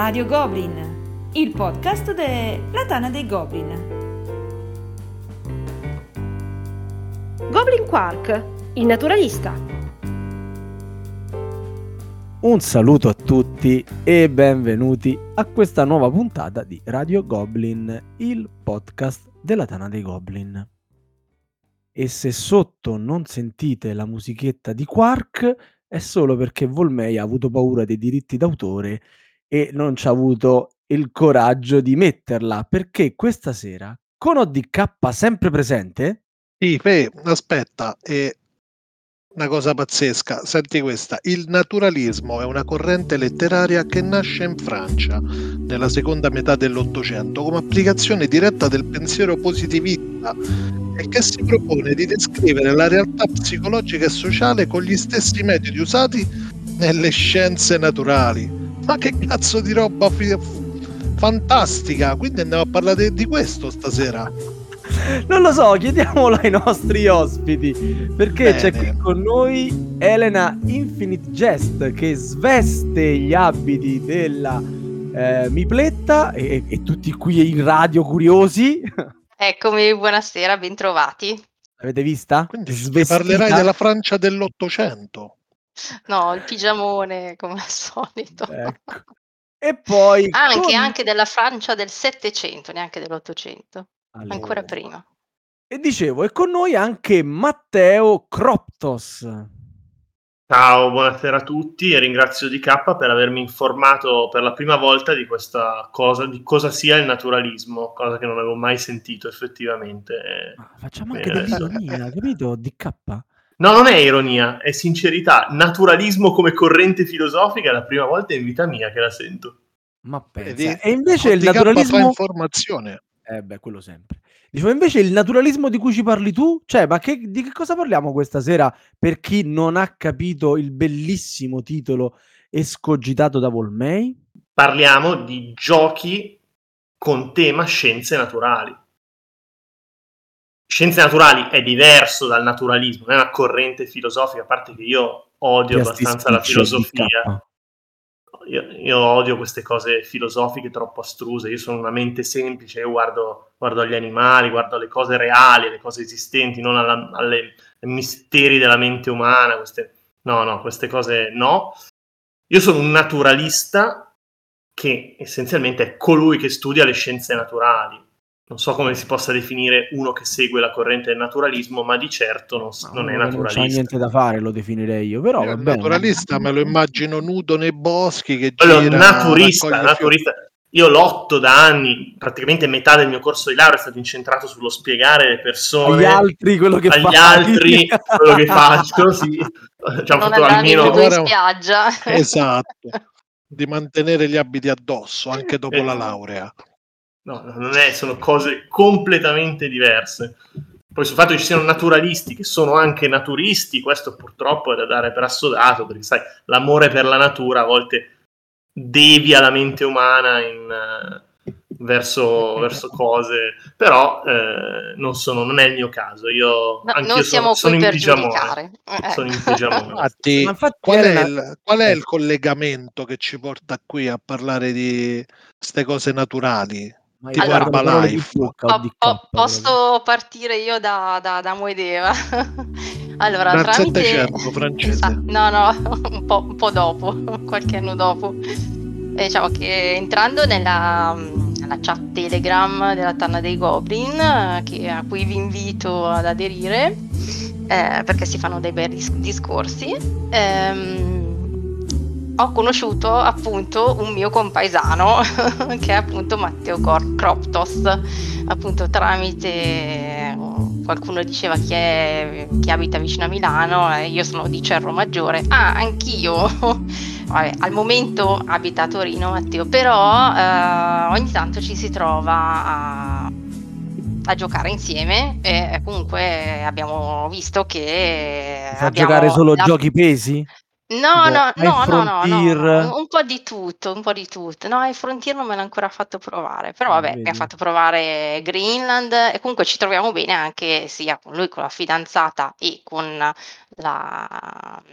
Radio Goblin, il podcast della Tana dei Goblin. Goblin Quark, il naturalista. Un saluto a tutti e benvenuti a questa nuova puntata di Radio Goblin, il podcast della Tana dei Goblin. E se sotto non sentite la musichetta di Quark è solo perché Volmei ha avuto paura dei diritti d'autore e non ci ha avuto il coraggio di metterla, perché questa sera con ODK sempre presente. Sì, aspetta, è una cosa pazzesca. Senti questa: il naturalismo è una corrente letteraria che nasce in Francia nella seconda metà dell'Ottocento come applicazione diretta del pensiero positivista e che si propone di descrivere la realtà psicologica e sociale con gli stessi metodi usati nelle scienze naturali. Ma che cazzo di roba fantastica! Quindi andiamo a parlare di questo stasera. Non lo so, chiediamolo ai nostri ospiti, perché c'è qui con noi Elena Infinite Jest che sveste gli abiti della Mipletta e tutti qui in radio curiosi. Eccomi, buonasera, bentrovati. Avete vista? Quindi parlerai della Francia dell'Ottocento. No, il pigiamone come al solito. Ecco. E poi anche della Francia del Settecento, neanche dell'Ottocento. Allora. Ancora prima. E dicevo, è con noi anche Matteo Croptos. Ciao, buonasera a tutti e ringrazio DK per avermi informato per la prima volta di questa cosa, di cosa sia il naturalismo, cosa che non avevo mai sentito effettivamente. Facciamo anche dell'ironia, capito? DK? No, non è ironia, è sincerità. Naturalismo come corrente filosofica è la prima volta in vita mia che la sento. Ma pensa. E invece il naturalismo... fa informazione. Quello sempre. Dicevo, invece il naturalismo di cui ci parli tu, cioè, ma di che cosa parliamo questa sera per chi non ha capito il bellissimo titolo escogitato da Volmei? Parliamo di giochi con tema scienze naturali. Scienze naturali è diverso dal naturalismo, non è una corrente filosofica, a parte che io odio abbastanza la filosofia. Io odio queste cose filosofiche troppo astruse. Io sono una mente semplice, io guardo agli animali, guardo alle cose reali, alle cose esistenti, non ai misteri della mente umana. Queste cose no. Io sono un naturalista che essenzialmente è colui che studia le scienze naturali. Non so come si possa definire uno che segue la corrente del naturalismo, ma di certo non è naturalista. Non c'è niente da fare, lo definirei io, però va bene. Naturalista me lo immagino nudo nei boschi che gira, naturalista. Io lotto da anni, praticamente metà del mio corso di laurea è stato incentrato sullo spiegare le persone agli altri quello che faccio, sì. Non andare in spiaggia. Esatto. Di mantenere gli abiti addosso anche dopo la laurea. No, sono cose completamente diverse. Poi sul fatto che ci siano naturalisti che sono anche naturisti, questo purtroppo è da dare per assodato, perché sai, l'amore per la natura a volte devia la mente umana verso cose, però non è il mio caso. Anch'io sono in pigiamone. Sono in pigiamone. Infatti, qual è il collegamento che ci porta qui a parlare di queste cose naturali? Tipo Herbalife. Posso partire io da Moedeva. Allora, dal tramite 700 francese. un po' dopo, qualche anno dopo. Diciamo che entrando nella chat Telegram della Tana dei Goblin, a cui vi invito ad aderire, perché si fanno dei bei discorsi, ho conosciuto appunto un mio compaesano che è appunto Matteo Croptos, appunto tramite qualcuno diceva che abita vicino a Milano, io sono di Cerro Maggiore, anch'io. Vabbè, al momento abita a Torino Matteo, però ogni tanto ci si trova a giocare insieme e comunque abbiamo visto che giocare solo giochi pesi? No, un po' di tutto. No, il Frontier non me l'ha ancora fatto provare, però vabbè, mi ha fatto provare Greenland e comunque ci troviamo bene anche sia con lui, con la fidanzata e con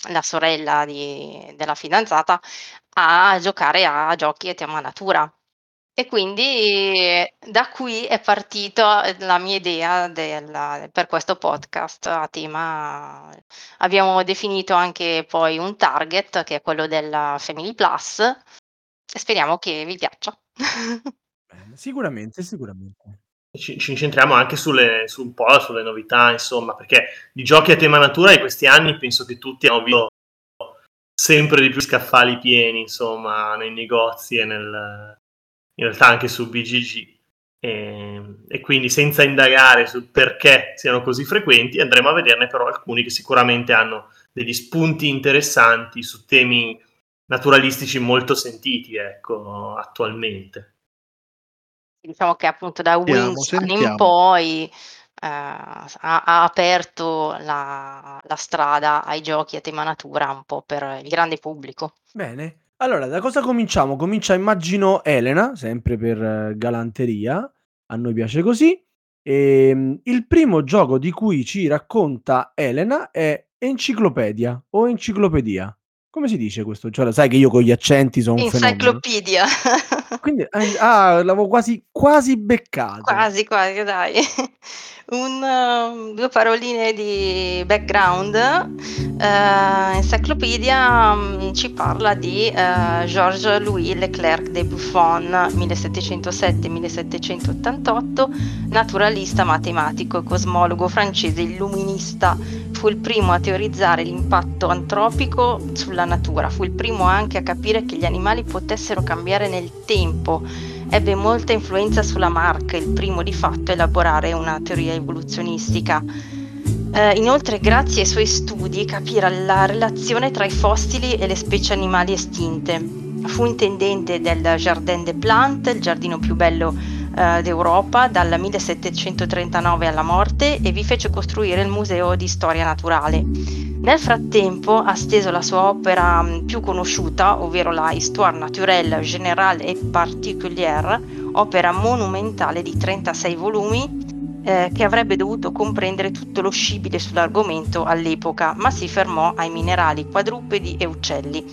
la sorella della fidanzata, a giocare a giochi a tema natura. E quindi da qui è partita la mia idea per questo podcast a tema. Abbiamo definito anche poi un target che è quello della Family Plus e speriamo che vi piaccia. Sicuramente. Ci incentriamo anche un po' sulle novità, insomma, perché di giochi a tema natura in questi anni penso che tutti hanno visto sempre di più scaffali pieni, insomma, nei negozi e in realtà anche su BGG. E quindi, senza indagare sul perché siano così frequenti, andremo a vederne però alcuni che sicuramente hanno degli spunti interessanti su temi naturalistici molto sentiti, ecco, attualmente. Diciamo che appunto da Wingspan in poi ha aperto la strada ai giochi a tema natura un po' per il grande pubblico. Bene. Allora, da cosa cominciamo? Comincia, immagino, Elena, sempre per galanteria. A noi piace così. Il primo gioco di cui ci racconta Elena è Enciclopedia o Enciclopedia. Come si dice questo gioco? Sai che io con gli accenti sono un fenomeno. Encyclopedia. Quindi, l'avevo quasi beccato. Quasi, dai. Due paroline di background. Encyclopedia ci parla di Georges-Louis Leclerc de Buffon, 1707-1788, naturalista, matematico e cosmologo francese illuminista. Fu il primo a teorizzare l'impatto antropico sulla natura, fu il primo anche a capire che gli animali potessero cambiare nel tempo. Ebbe molta influenza sulla Lamarck, il primo di fatto a elaborare una teoria evoluzionistica. Inoltre, grazie ai suoi studi, capì la relazione tra i fossili e le specie animali estinte. Fu intendente del Jardin des Plantes, il giardino più bello d'Europa, dal 1739 alla morte, e vi fece costruire il Museo di Storia Naturale. Nel frattempo ha steso la sua opera più conosciuta, ovvero la Histoire naturelle générale et particulière, opera monumentale di 36 volumi che avrebbe dovuto comprendere tutto lo scibile sull'argomento all'epoca, ma si fermò ai minerali, quadrupedi e uccelli.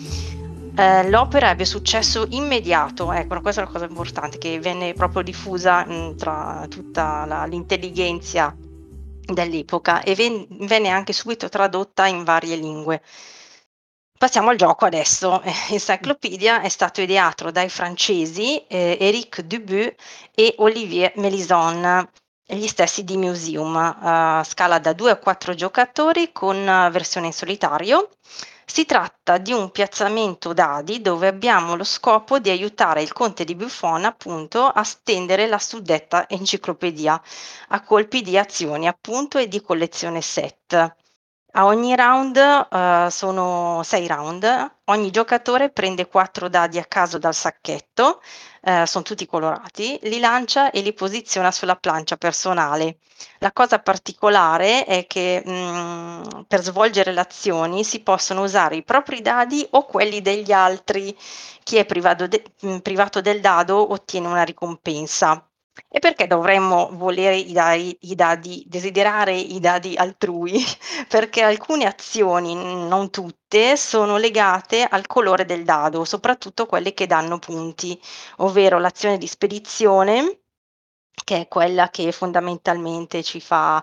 L'opera ebbe successo immediato, ecco, questa è una cosa importante, che venne proprio diffusa tra tutta l'intellighenzia dell'epoca e venne anche subito tradotta in varie lingue. Passiamo al gioco adesso. Encyclopedia è stato ideato dai francesi Éric Dubuc e Olivier Melisson, gli stessi di Museum, scala da 2 a 4 giocatori con versione in solitario. Si tratta di un piazzamento dadi dove abbiamo lo scopo di aiutare il conte di Buffon appunto a stendere la suddetta enciclopedia a colpi di azioni appunto e di collezione set. A ogni round sono 6 round, ogni giocatore prende 4 dadi a caso dal sacchetto, sono tutti colorati, li lancia e li posiziona sulla plancia personale. La cosa particolare è che per svolgere le azioni si possono usare i propri dadi o quelli degli altri. Chi è privato del dado ottiene una ricompensa. E perché dovremmo volere i dadi, desiderare i dadi altrui? Perché alcune azioni, non tutte, sono legate al colore del dado, soprattutto quelle che danno punti, ovvero l'azione di spedizione, che è quella che fondamentalmente ci fa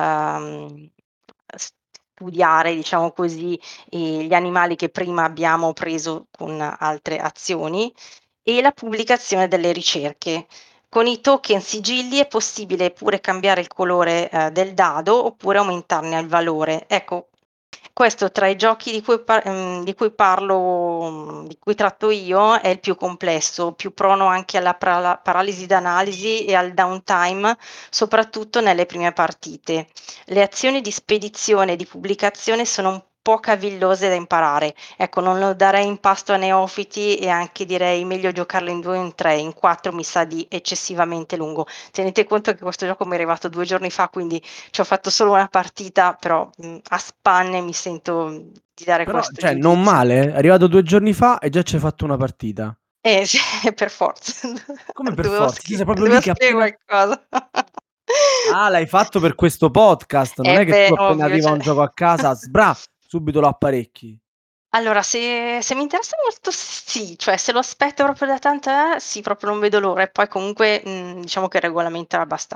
studiare, diciamo così, gli animali che prima abbiamo preso con altre azioni, e la pubblicazione delle ricerche. Con i token sigilli è possibile pure cambiare il colore del dado oppure aumentarne il valore. Ecco, questo tra i giochi di cui parlo, di cui tratto io, è il più complesso, più prono anche alla paralisi d'analisi e al downtime, soprattutto nelle prime partite. Le azioni di spedizione e di pubblicazione sono un po' cavillose da imparare. Ecco, non lo darei in pasto a neofiti e anche direi meglio giocarlo in 2 o in 3, in 4 mi sa di eccessivamente lungo. Tenete conto che questo gioco mi è arrivato 2 giorni fa, quindi ci ho fatto solo una partita, però a spanne mi sento di dare però, questo cioè, giudizio. non male, è arrivato 2 giorni fa e già ci hai fatto una partita. Sì, per forza. Come per forza? Sei proprio lì che appena... qualcosa. l'hai fatto per questo podcast, non è che tu appena arriva un gioco a casa, Subito lo apparecchi. Allora, se mi interessa molto sì, cioè se lo aspetto proprio da tanta sì, proprio non vedo l'ora. E poi comunque, diciamo che il regolamento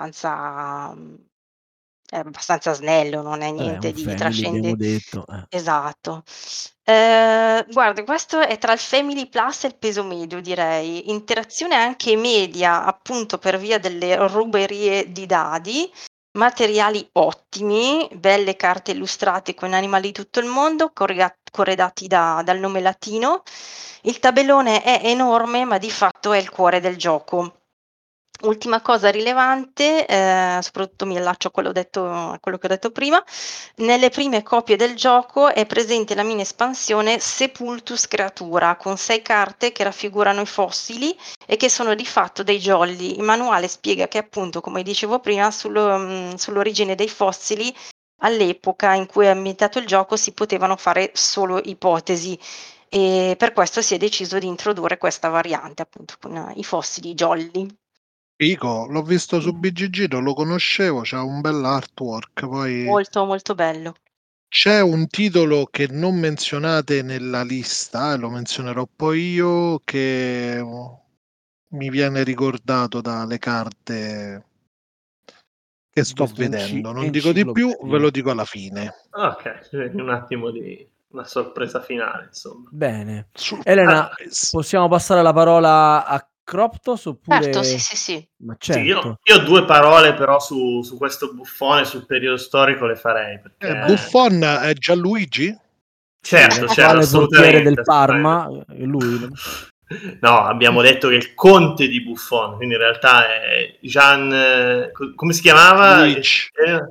è abbastanza snello, non è Vabbè, è un niente di family, abbiamo trascende detto. esatto. Guarda, questo è tra il Family Plus e il peso medio direi. Interazione anche media, appunto per via delle ruberie di dadi, materiali ottimi, belle carte illustrate con animali di tutto il mondo, corredati dal nome latino. Il tabellone è enorme, ma di fatto è il cuore del gioco. Ultima cosa rilevante, soprattutto mi allaccio a quello che ho detto prima, nelle prime copie del gioco è presente la mini espansione Sepultus Creatura, con 6 carte che raffigurano i fossili e che sono di fatto dei jolly. Il manuale spiega che appunto, come dicevo prima, sull'origine dei fossili all'epoca in cui è ambientato il gioco si potevano fare solo ipotesi e per questo si è deciso di introdurre questa variante appunto con i fossili jolly. Figo, l'ho visto su BGG, non lo conoscevo, c'ha un bel artwork. Poi Molto, molto bello. c'è un titolo che non menzionate nella lista, e lo menzionerò poi io, che mi viene ricordato dalle carte che sto vedendo. Non dico di più, ve lo dico alla fine. Ok, un attimo di una sorpresa finale, insomma. Bene. Elena, possiamo passare la parola a Croptos oppure... Certo, sì. Ma Sì, certo. io 2 parole però su questo buffone, sul periodo storico le farei. Perché... Buffon è Gianluigi? Certo, l'attuale portiere del assolutamente. Parma, lui. No, abbiamo detto che è il conte di Buffon, quindi in realtà è come si chiamava? Luigi.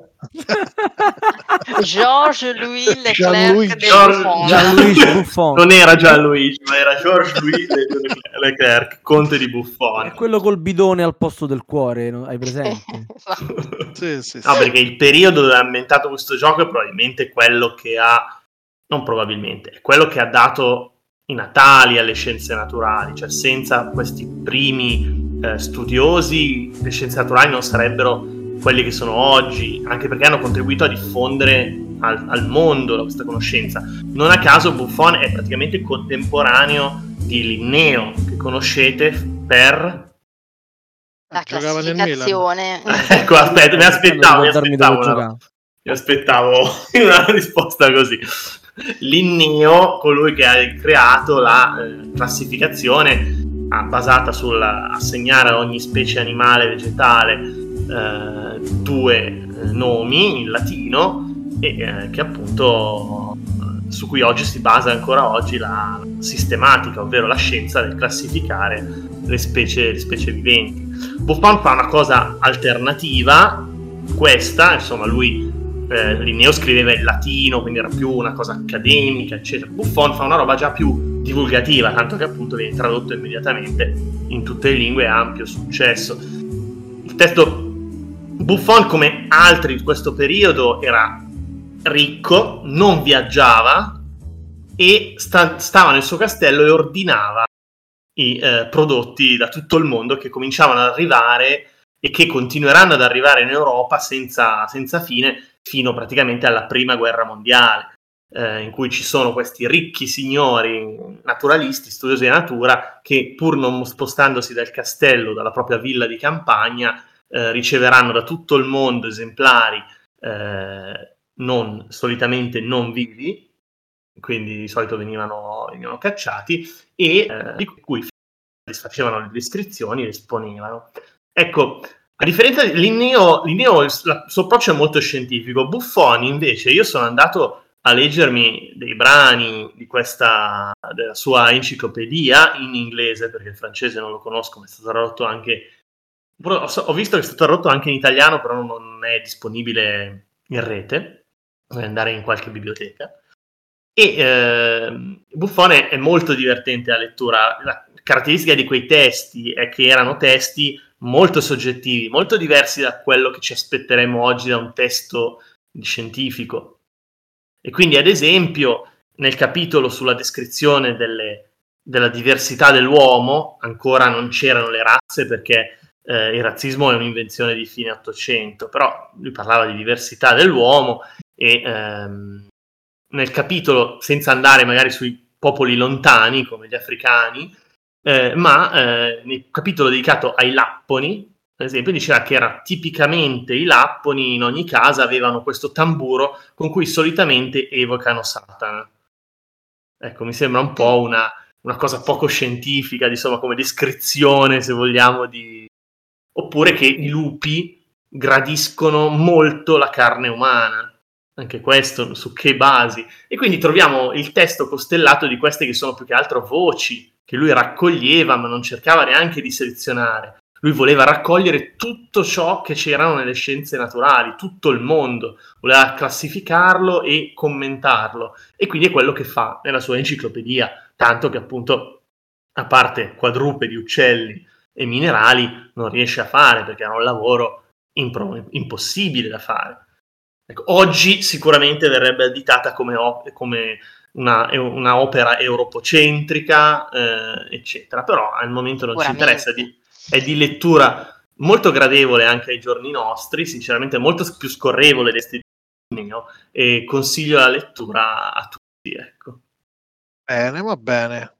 Georges-Louis Leclerc Gianluigi. de Buffon. Gianluigi Buffon. Non era Gianluigi, ma era Georges-Louis Leclerc, conte di Buffon. È quello col bidone al posto del cuore, no? Hai presente? Sì. No, perché il periodo dove è ambientato questo gioco è probabilmente quello che non probabilmente, è quello che ha dato i natali alle scienze naturali, cioè senza questi primi studiosi le scienze naturali non sarebbero quelli che sono oggi, anche perché hanno contribuito a diffondere al mondo questa conoscenza. Non a caso Buffon è praticamente contemporaneo di Linneo, che conoscete per... La classificazione. Ecco, aspetta, mi aspettavo una risposta così. Linneo, colui che ha creato la classificazione basata sull'assegnare a ogni specie animale e vegetale 2 nomi in latino e che appunto su cui oggi si basa ancora oggi la sistematica, ovvero la scienza del classificare le specie viventi. Buffon fa una cosa alternativa, questa, insomma, lui Linneo scriveva in latino, quindi era più una cosa accademica, eccetera. Buffon fa una roba già più divulgativa, tanto che appunto viene tradotto immediatamente in tutte le lingue e ha ampio successo. Il testo Buffon, come altri di questo periodo, era ricco, non viaggiava e stava nel suo castello e ordinava i prodotti da tutto il mondo che cominciavano ad arrivare e che continueranno ad arrivare in Europa senza fine fino praticamente alla prima guerra mondiale, in cui ci sono questi ricchi signori naturalisti, studiosi di natura, che pur non spostandosi dal castello, dalla propria villa di campagna, riceveranno da tutto il mondo esemplari solitamente non vivi, quindi di solito venivano cacciati, e di cui facevano le descrizioni e le esponevano. Ecco, a differenza di Linneo il suo approccio è molto scientifico. Buffon invece, io sono andato a leggermi dei brani della sua enciclopedia in inglese, perché il francese non lo conosco, ma è stato tradotto anche... Ho visto che è stato tradotto anche in italiano, però non è disponibile in rete, devi andare in qualche biblioteca. E Buffon è molto divertente la lettura. La caratteristica di quei testi è che erano testi molto soggettivi, molto diversi da quello che ci aspetteremo oggi da un testo scientifico. E quindi, ad esempio, nel capitolo sulla descrizione della diversità dell'uomo, ancora non c'erano le razze perché il razzismo è un'invenzione di fine 800, però lui parlava di diversità dell'uomo e nel capitolo, senza andare magari sui popoli lontani come gli africani, ma nel capitolo dedicato ai lapponi, per esempio, diceva che era tipicamente i lapponi in ogni casa avevano questo tamburo con cui solitamente evocano Satana. Ecco, mi sembra un po' una cosa poco scientifica, insomma, come descrizione, se vogliamo, oppure che i lupi gradiscono molto la carne umana. Anche questo, su che basi? E quindi troviamo il testo costellato di queste che sono più che altro voci che lui raccoglieva, ma non cercava neanche di selezionare. Lui voleva raccogliere tutto ciò che c'erano nelle scienze naturali, tutto il mondo, voleva classificarlo e commentarlo, e quindi è quello che fa nella sua enciclopedia, tanto che appunto, a parte quadrupedi, uccelli e minerali, non riesce a fare, perché era un lavoro impossibile da fare. Ecco, oggi sicuramente verrebbe additata come una opera europocentrica, eccetera, però al momento non ci interessa, è di lettura molto gradevole anche ai giorni nostri, sinceramente molto più scorrevole di mio, e consiglio la lettura a tutti, ecco. Bene, va bene.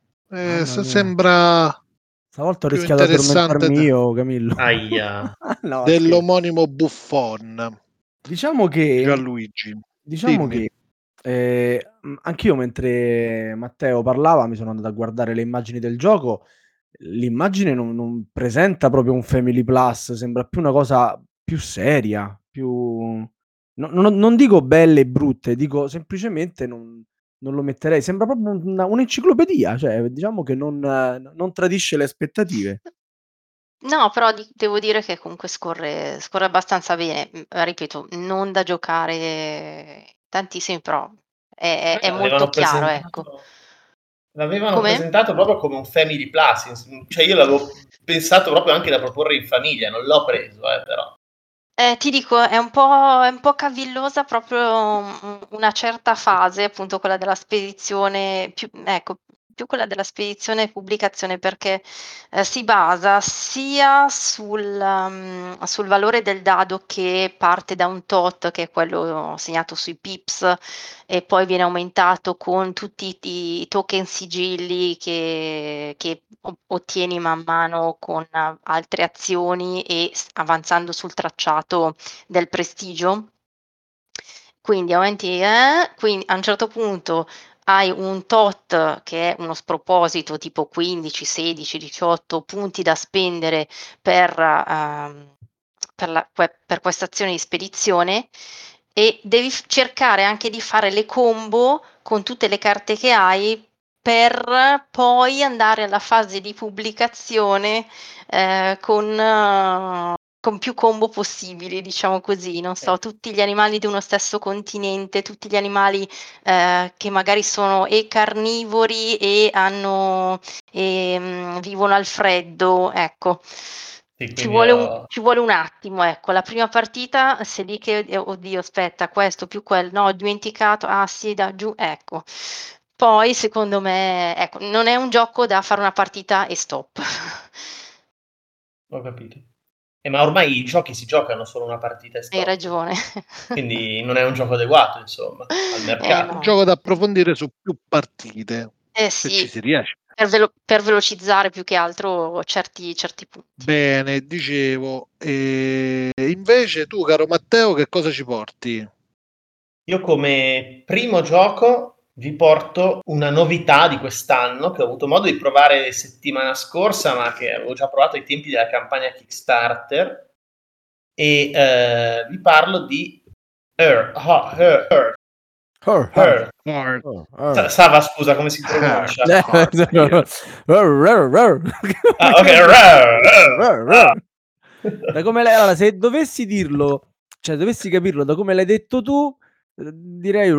Sembra stavolta ho più rischiato di interessante addormentarmi io, Camillo. Aia. No, dell'omonimo Buffon. Diciamo che Gianluigi, che anch'io, mentre Matteo parlava, mi sono andato a guardare le immagini del gioco. L'immagine non presenta proprio un Family Plus, sembra più una cosa più seria, più non dico belle e brutte, dico semplicemente non lo metterei, sembra proprio un'enciclopedia, cioè diciamo che non tradisce le aspettative. No, però devo dire che comunque scorre abbastanza bene. Ripeto, non da giocare tantissimi, però è molto chiaro, ecco. L'avevano presentato proprio come un Family Plus, cioè io l'avevo pensato proprio anche da proporre in famiglia, non l'ho preso, però. Ti dico, è un po' cavillosa proprio una certa fase, appunto quella della spedizione, più quella della spedizione e pubblicazione, perché si basa sia sul valore del dado, che parte da un tot, che è quello segnato sui pips, e poi viene aumentato con tutti i token sigilli che ottieni man mano con altre azioni e avanzando sul tracciato del prestigio. Quindi aumenti, quindi a un certo punto hai un tot che è uno sproposito, tipo 15, 16, 18 punti da spendere per questa azione di spedizione, e devi cercare anche di fare le combo con tutte le carte che hai, per poi andare alla fase di pubblicazione con più combo possibili, diciamo così, non so, tutti gli animali di uno stesso continente, tutti gli animali che magari sono e carnivori e vivono al freddo, ecco. Sì, Ci vuole un attimo, ecco. La prima partita sei lì che oddio, aspetta, questo più no, ho dimenticato, sì, da giù, ecco. Poi secondo me, ecco, non è un gioco da fare una partita e stop. Ho capito. Ma ormai i giochi si giocano solo una partita e stop. Hai ragione. Quindi non è un gioco adeguato, insomma, al mercato. No. Un gioco da approfondire su più partite. Sì, se ci si riesce. Per velocizzare più che altro certi punti. Bene, dicevo. Invece tu, caro Matteo, che cosa ci porti? Io come primo gioco vi porto una novità di quest'anno che ho avuto modo di provare settimana scorsa, ma che avevo già provato ai tempi della campagna Kickstarter, e vi parlo di Her. Sava, scusa, come si pronuncia? Da come allora, se dovessi dirlo, cioè dovessi capirlo da come l'hai detto tu, direi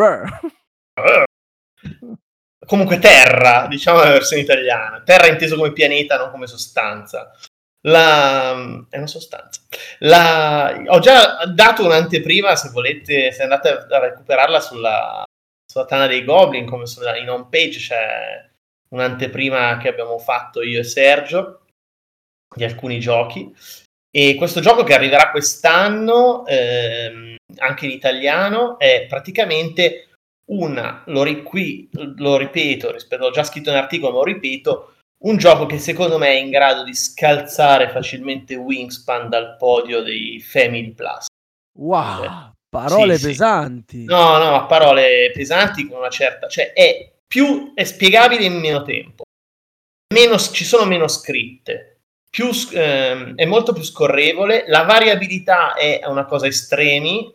comunque Terra, diciamo la versione italiana. Terra inteso come pianeta, non come sostanza. È una sostanza. Ho già dato un'anteprima, se volete, se andate a recuperarla sulla Tana dei Goblin, come in home page c'è un'anteprima che abbiamo fatto io e Sergio di alcuni giochi, e questo gioco che arriverà quest'anno anche in italiano è praticamente qui lo ripeto, l'ho già scritto in un articolo, ma lo ripeto, un gioco che secondo me è in grado di scalzare facilmente Wingspan dal podio dei Family Plus. Wow, parole pesanti. Sì. No, parole pesanti con una certa... Cioè è spiegabile in meno tempo. Ci sono meno scritte. È molto più scorrevole. La variabilità è una cosa estrema.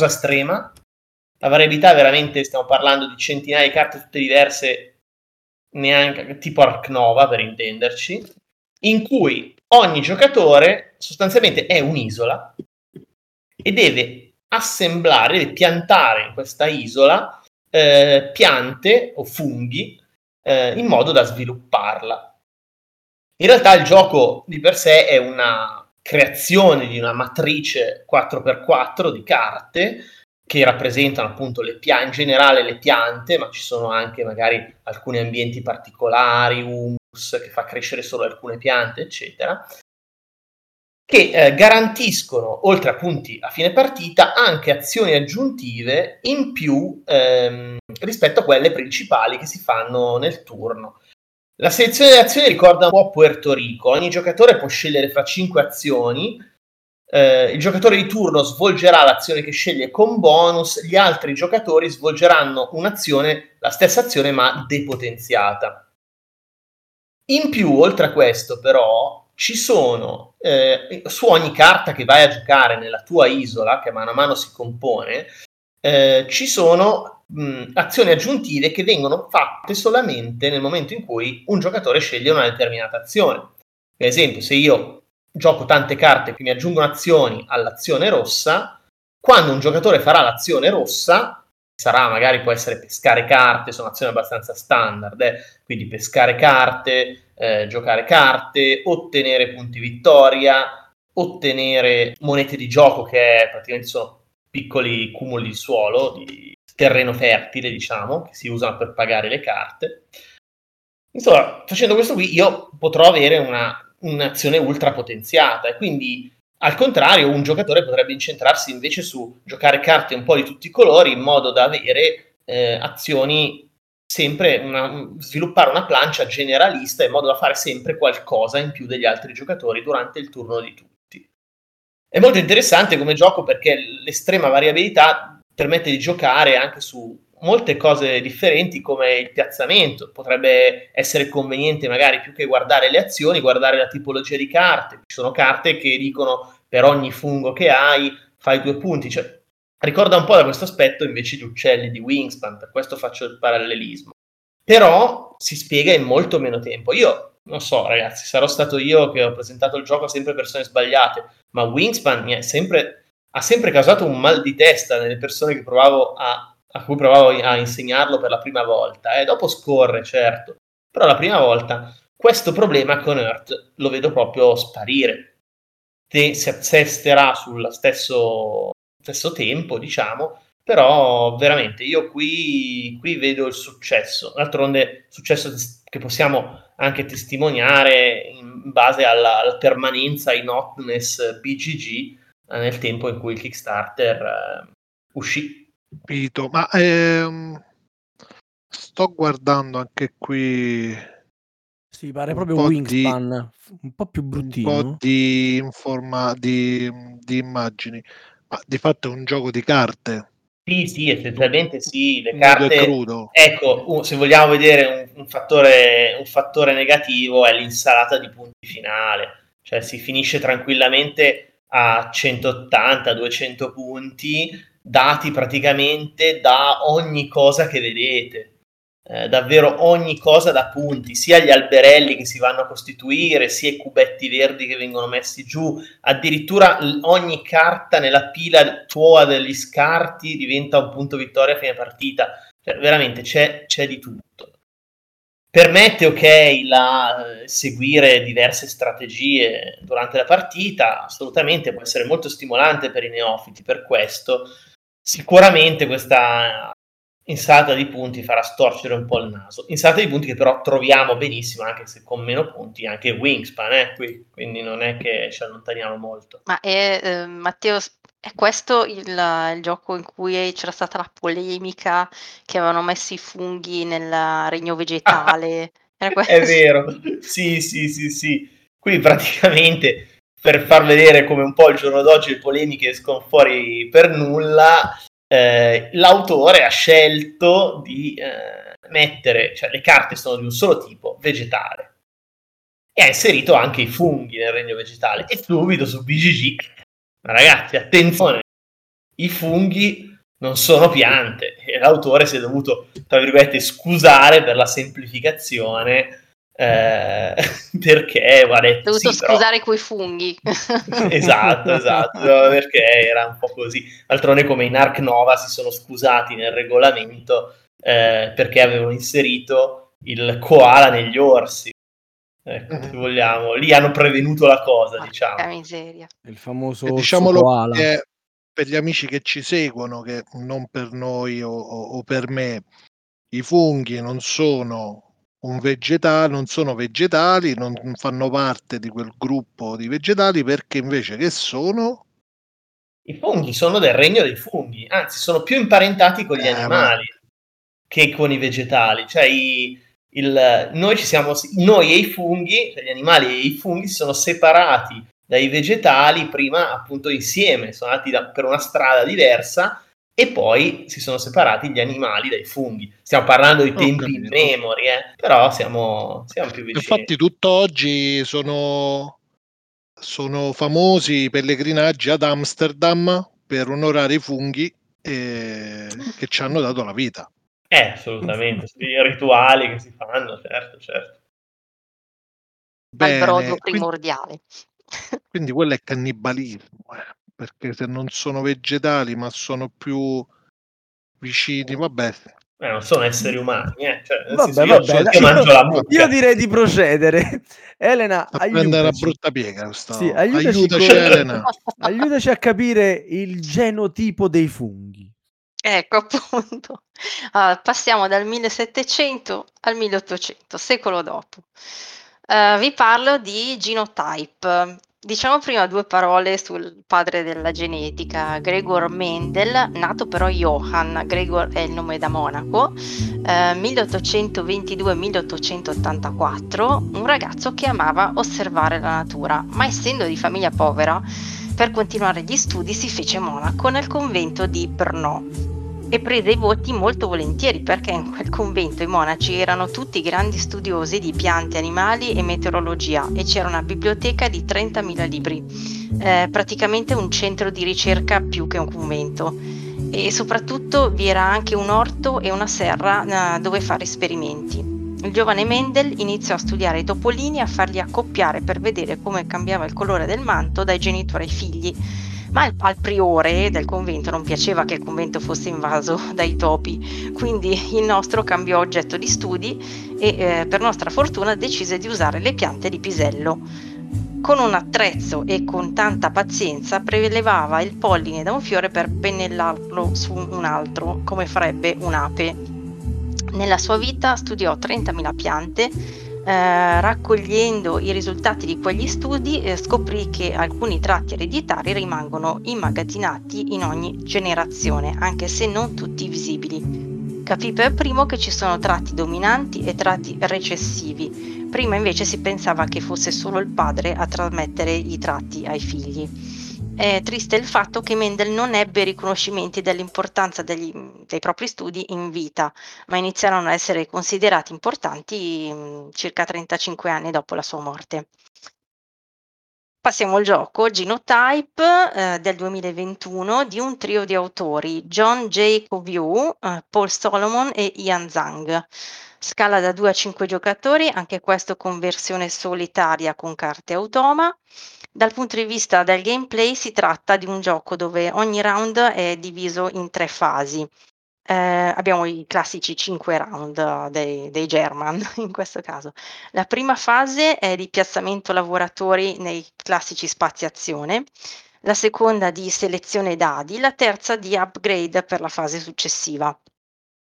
La variabilità veramente, stiamo parlando di centinaia di carte tutte diverse, neanche tipo Ark Nova per intenderci, in cui ogni giocatore sostanzialmente è un'isola e deve assemblare, deve piantare in questa isola piante o funghi in modo da svilupparla. In realtà il gioco di per sé è una creazione di una matrice 4x4 di carte che rappresentano appunto in generale le piante, ma ci sono anche magari alcuni ambienti particolari, humus che fa crescere solo alcune piante, eccetera, che garantiscono, oltre a punti a fine partita, anche azioni aggiuntive in più rispetto a quelle principali che si fanno nel turno. La selezione delle azioni ricorda un po' Puerto Rico. Ogni giocatore può scegliere fra 5 azioni. Il giocatore di turno svolgerà l'azione che sceglie con bonus, gli altri giocatori svolgeranno un'azione, la stessa azione ma depotenziata. In più, oltre a questo però, ci sono su ogni carta che vai a giocare nella tua isola, che mano a mano si compone, ci sono azioni aggiuntive che vengono fatte solamente nel momento in cui un giocatore sceglie una determinata azione. Per esempio, se io gioco tante carte che mi aggiungono azioni all'azione rossa, quando un giocatore farà l'azione rossa, può essere pescare carte, sono azioni abbastanza standard, quindi pescare carte, giocare carte, ottenere punti vittoria, ottenere monete di gioco, che praticamente sono piccoli cumuli di suolo, di terreno fertile, diciamo, che si usano per pagare le carte. Insomma, facendo questo qui io potrò avere un'azione ultra potenziata, e quindi al contrario un giocatore potrebbe incentrarsi invece su giocare carte un po' di tutti i colori, in modo da avere azioni sempre, sviluppare una plancia generalista in modo da fare sempre qualcosa in più degli altri giocatori durante il turno di tutti. È molto interessante come gioco perché l'estrema variabilità permette di giocare anche su molte cose differenti, come il piazzamento. Potrebbe essere conveniente, magari più che guardare le azioni, guardare la tipologia di carte. Ci sono carte che dicono per ogni fungo che hai fai 2 punti, cioè ricorda un po' da questo aspetto invece gli uccelli di Wingspan, per questo faccio il parallelismo. Però si spiega in molto meno tempo. Io non so, ragazzi, sarò stato io che ho presentato il gioco a sempre persone sbagliate, ma Wingspan ha sempre causato un mal di testa nelle persone che a cui provavo a insegnarlo per la prima volta. Dopo scorre, certo, però la prima volta questo problema con Earth lo vedo proprio sparire. Si attesterà sul stesso tempo, diciamo, però veramente io qui vedo il successo. D'altronde successo che possiamo anche testimoniare in base alla permanenza in hotness BGG nel tempo in cui il Kickstarter uscì. Ma sto guardando anche qui. Sì, pare proprio Wingspan, un po' più bruttino. Un po' di immagini. Ma di fatto è un gioco di carte. Sì, essenzialmente sì. Le carte. Crudo. Ecco, se vogliamo vedere un fattore negativo, è l'insalata di punti finale. Cioè si finisce tranquillamente a 180-200 punti, dati praticamente da ogni cosa che vedete. Davvero ogni cosa da punti, sia gli alberelli che si vanno a costituire, sia i cubetti verdi che vengono messi giù, addirittura ogni carta nella pila tua degli scarti diventa un punto vittoria a fine partita. Cioè, veramente c'è di tutto. Permette, seguire diverse strategie durante la partita, assolutamente può essere molto stimolante per i neofiti, per questo sicuramente questa insalata di punti farà storcere un po' il naso. Insalata di punti che però troviamo benissimo, anche se con meno punti, anche Wingspan qui, quindi non è che ci allontaniamo molto. Ma Matteo, È questo il gioco in cui c'era stata la polemica che avevano messo i funghi nel regno vegetale? Era È questo? vero, sì, sì, sì, sì. Qui praticamente, per far vedere come un po' il giorno d'oggi le polemiche escono fuori per nulla, l'autore ha scelto di mettere, cioè le carte sono di un solo tipo, vegetale, e ha inserito anche i funghi nel regno vegetale, e subito su BGG, ma ragazzi, attenzione, i funghi non sono piante, e l'autore si è dovuto, tra virgolette, scusare per la semplificazione, perché ha detto Dovuto sì, però scusare coi funghi. esatto, perché era un po' così. D'altronde, come in Ark Nova si sono scusati nel regolamento perché avevano inserito il koala negli orsi. Ecco, se vogliamo, lì hanno prevenuto la cosa, Porca diciamo. miseria. Il famoso E orso diciamolo koala. per gli amici che ci seguono, che non per noi o per me, i funghi non sono un vegetale, non sono vegetali, non fanno parte di quel gruppo di vegetali, perché invece che sono? I funghi sono del regno dei funghi, anzi sono più imparentati con gli Ma animali che con i vegetali. Cioè noi e i funghi, cioè gli animali e i funghi si sono separati dai vegetali prima appunto insieme, sono andati per una strada diversa e poi si sono separati gli animali dai funghi. Stiamo parlando di ho tempi capito. immemori, però siamo più vicini. Infatti tutt'oggi sono famosi i pellegrinaggi ad Amsterdam per onorare i funghi che ci hanno dato la vita. Assolutamente, i rituali che si fanno, certo. Al brodo Bene, primordiale. quindi quello è cannibalismo, perché se non sono vegetali, ma sono più vicini, vabbè. Non sono esseri umani, cioè, nel senso, Vabbè, io mangio la mucca. io direi di procedere. Elena, Sta prendendo una aiutaci. brutta piega Sì, aiutaci Elena. aiutaci a capire il genotipo dei funghi. Ecco, appunto. Passiamo dal 1700 al 1800, secolo dopo. Vi parlo di genotype. Diciamo prima due parole sul padre della genetica, Gregor Mendel, nato però Johann, Gregor è il nome da Monaco, 1822-1884, un ragazzo che amava osservare la natura, ma essendo di famiglia povera, per continuare gli studi si fece monaco nel convento di Brno e prese i voti molto volentieri perché in quel convento i monaci erano tutti grandi studiosi di piante, animali e meteorologia e c'era una biblioteca di 30.000 libri, praticamente un centro di ricerca più che un convento, e soprattutto vi era anche un orto e una serra dove fare esperimenti. Il giovane Mendel iniziò a studiare i topolini e a farli accoppiare per vedere come cambiava il colore del manto dai genitori ai figli, ma al priore del convento non piaceva che il convento fosse invaso dai topi, quindi il nostro cambiò oggetto di studi e per nostra fortuna decise di usare le piante di pisello. Con un attrezzo e con tanta pazienza prelevava il polline da un fiore per pennellarlo su un altro, come farebbe un'ape. Nella sua vita studiò 30.000 piante, raccogliendo i risultati di quegli studi scoprì che alcuni tratti ereditari rimangono immagazzinati in ogni generazione, anche se non tutti visibili. Capì per primo che ci sono tratti dominanti e tratti recessivi. Prima invece si pensava che fosse solo il padre a trasmettere i tratti ai figli. È triste il fatto che Mendel non ebbe riconoscimenti dell'importanza dei propri studi in vita, ma iniziarono a essere considerati importanti circa 35 anni dopo la sua morte. Passiamo al gioco Genotype del 2021 di un trio di autori, John J. Coviu, Paul Solomon e Ian Zhang. Scala da 2 a 5 giocatori, anche questo con versione solitaria con carte automa. Dal punto di vista del gameplay si tratta di un gioco dove ogni round è diviso in 3 fasi. Abbiamo i classici 5 round dei German in questo caso. La prima fase è di piazzamento lavoratori nei classici spazi azione, la seconda di selezione dadi, la terza di upgrade per la fase successiva.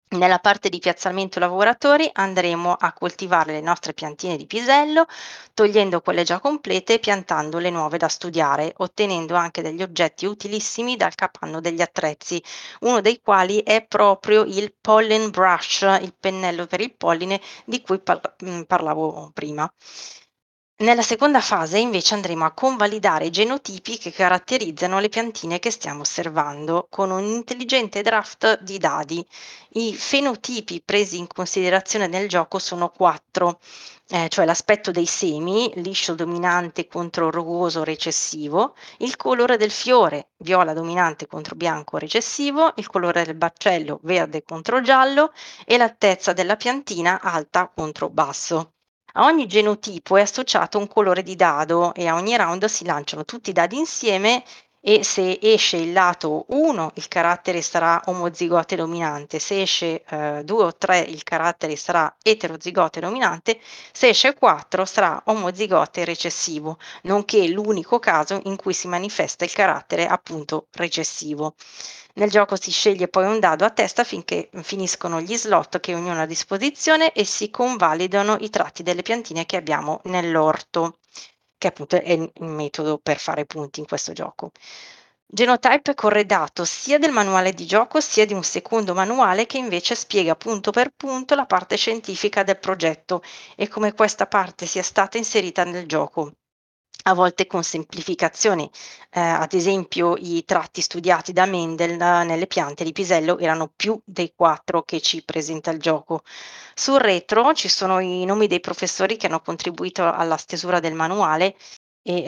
Nella parte di piazzamento lavoratori andremo a coltivare le nostre piantine di pisello, togliendo quelle già complete e piantando le nuove da studiare, ottenendo anche degli oggetti utilissimi dal capanno degli attrezzi, uno dei quali è proprio il pollen brush, il pennello per il polline di cui parlavo prima. Nella seconda fase invece andremo a convalidare i genotipi che caratterizzano le piantine che stiamo osservando con un intelligente draft di dadi. I fenotipi presi in considerazione nel gioco sono 4, cioè l'aspetto dei semi, liscio dominante contro rugoso recessivo, il colore del fiore, viola dominante contro bianco recessivo, il colore del baccello, verde contro giallo e l'altezza della piantina, alta contro basso. A ogni genotipo è associato un colore di dado e a ogni round si lanciano tutti i dadi insieme e se esce il lato 1 il carattere sarà omozigote dominante, se esce 2 o 3 il carattere sarà eterozigote dominante, se esce 4 sarà omozigote recessivo, nonché l'unico caso in cui si manifesta il carattere appunto recessivo. Nel gioco si sceglie poi un dado a testa finché finiscono gli slot che ognuno ha a disposizione e si convalidano i tratti delle piantine che abbiamo nell'orto, che appunto è il metodo per fare punti in questo gioco. Genotype è corredato sia del manuale di gioco sia di un secondo manuale che invece spiega punto per punto la parte scientifica del progetto e come questa parte sia stata inserita nel gioco. A volte con semplificazioni, ad esempio i tratti studiati da Mendel nelle piante di pisello erano più dei 4 che ci presenta il gioco. Sul retro ci sono i nomi dei professori che hanno contribuito alla stesura del manuale e,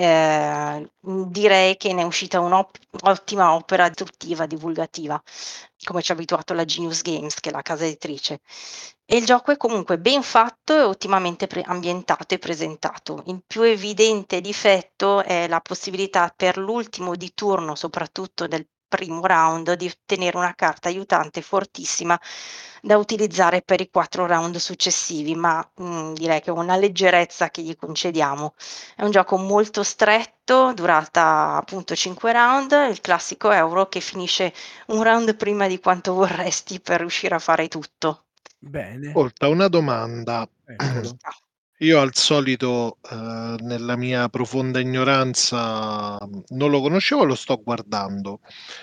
direi che ne è uscita un'ottima opera istruttiva, divulgativa, come ci ha abituato la Genius Games, che è la casa editrice. E il gioco è comunque ben fatto e ottimamente ambientato e presentato. Il più evidente difetto è la possibilità per l'ultimo di turno, soprattutto del primo round, di ottenere una carta aiutante fortissima da utilizzare per i 4 round successivi, ma direi che è una leggerezza che gli concediamo. È un gioco molto stretto, durata appunto 5 round, il classico euro che finisce un round prima di quanto vorresti per riuscire a fare tutto. Bene, Ascolta, una domanda. eccolo. Io al solito, nella mia profonda ignoranza, non lo conoscevo, lo sto guardando.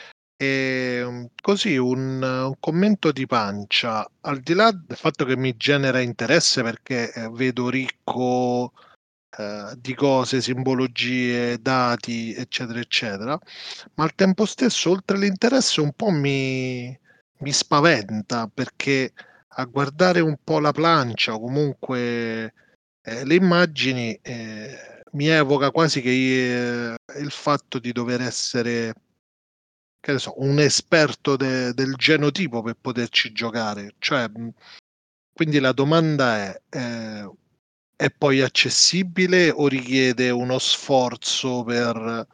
Così un commento di pancia, al di là del fatto che mi genera interesse perché, vedo ricco, di cose, simbologie, dati, eccetera, eccetera, ma al tempo stesso, oltre l'interesse, un po' mi spaventa perché a guardare un po' la plancia o comunque le immagini mi evoca quasi che il fatto di dover essere, che ne so, un esperto del genotipo per poterci giocare. Cioè, quindi la domanda è poi accessibile o richiede uno sforzo per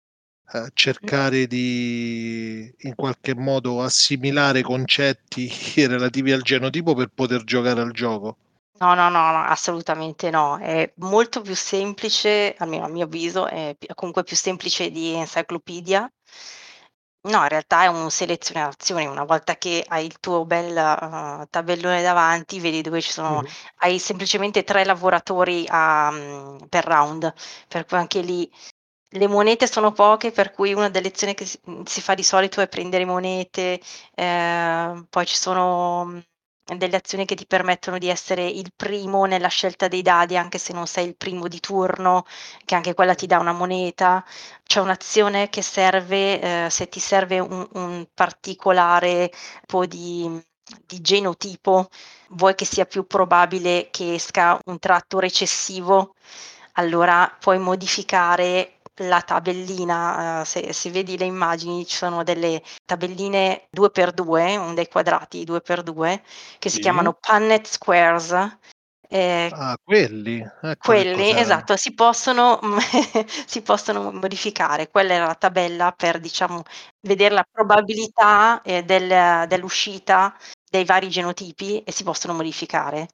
cercare di in qualche modo assimilare concetti relativi al genotipo per poter giocare al gioco? No, no, no, no, assolutamente no. È molto più semplice, almeno a mio avviso, è comunque più semplice di Encyclopedia. No, in realtà è un selezione azioni. Una volta che hai il tuo bel tabellone davanti, vedi dove ci sono Mh-mh. hai semplicemente 3 lavoratori per round, per cui anche lì le monete sono poche, per cui una delle azioni che si fa di solito è prendere monete, poi ci sono, delle azioni che ti permettono di essere il primo nella scelta dei dadi, anche se non sei il primo di turno, che anche quella ti dà una moneta. C'è un'azione che serve, se ti serve un particolare tipo di genotipo, vuoi che sia più probabile che esca un tratto recessivo, allora puoi modificare la tabellina, se vedi le immagini ci sono delle tabelline 2x2, dei quadrati 2x2 che si Sì. chiamano Punnett Squares, ehm Ah, quelli, ecco che quelli, cos'erano. esatto, si possono si possono modificare. Quella era la tabella per, diciamo, veder la probabilità, dell'uscita dei vari genotipi e si possono modificare.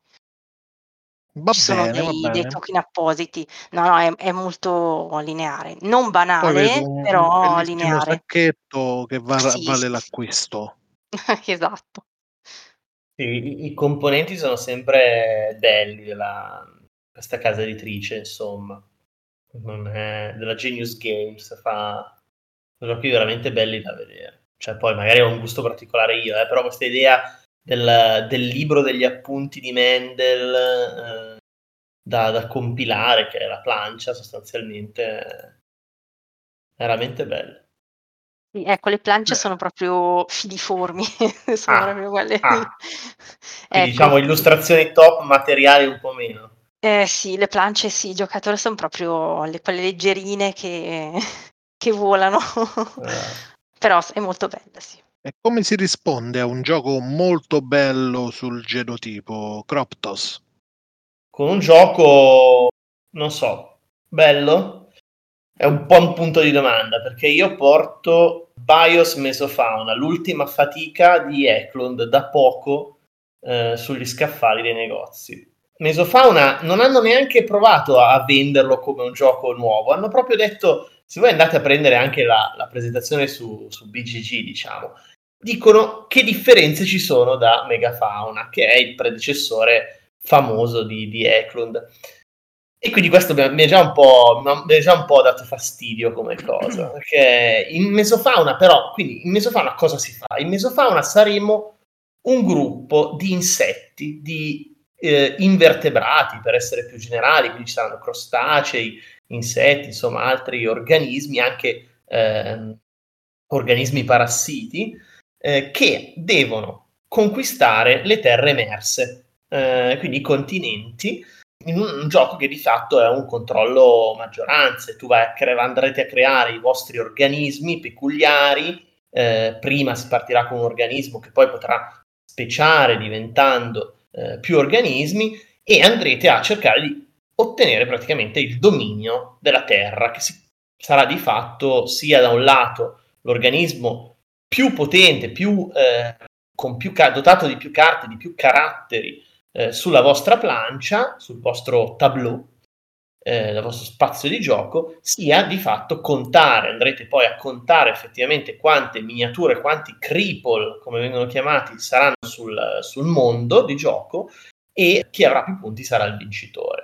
Ci sono Va dei bene. token appositi. No, no, è molto lineare. Non Poi vedo banale, un però bellissimo lineare. sacchetto che Sì, vale sì, sì. l'acquisto. Esatto. I componenti sono sempre belli questa casa editrice, insomma, non è della Genius Games, fa giochi veramente belli da vedere. Cioè, poi magari ho un gusto particolare io, però questa idea del libro degli appunti di Mendel da compilare, che è la plancia, sostanzialmente è veramente bella. Sì, ecco, le planche sono proprio filiformi, sono proprio quelle lì. Quindi Ecco. diciamo illustrazioni top, materiali un po' meno. Sì, le planche sì, i giocatori sono proprio quelle leggerine che volano. Però è molto bella, sì. E come si risponde a un gioco molto bello sul genotipo Croptos? Con un gioco, non so, bello? È un po' un punto di domanda, perché io porto Bios Mesofauna, l'ultima fatica di Eklund, da poco sugli scaffali dei negozi. Mesofauna non hanno neanche provato a venderlo come un gioco nuovo, hanno proprio detto, se voi andate a prendere anche la presentazione su BGG, diciamo, dicono che differenze ci sono da Megafauna, che è il predecessore famoso di Eklund. E quindi questo mi è già un po' dato fastidio come cosa, perché in Mesofauna però, quindi in Mesofauna cosa si fa? In Mesofauna saremo un gruppo di insetti, di invertebrati, per essere più generali, quindi ci saranno crostacei, insetti, insomma altri organismi, anche organismi parassiti, che devono conquistare le terre emerse, quindi i continenti, in un gioco che di fatto è un controllo maggioranze. Tu andrete a creare i vostri organismi peculiari, prima si partirà con un organismo che poi potrà speciare diventando più organismi, e andrete a cercare di ottenere praticamente il dominio della terra, che sarà di fatto sia da un lato l'organismo più potente, dotato di più carte, di più caratteri sulla vostra plancia, sul vostro tableau, dal vostro spazio di gioco, sia di fatto andrete poi a contare effettivamente quante miniature, quanti cripple, come vengono chiamati, saranno sul mondo di gioco, e chi avrà più punti sarà il vincitore.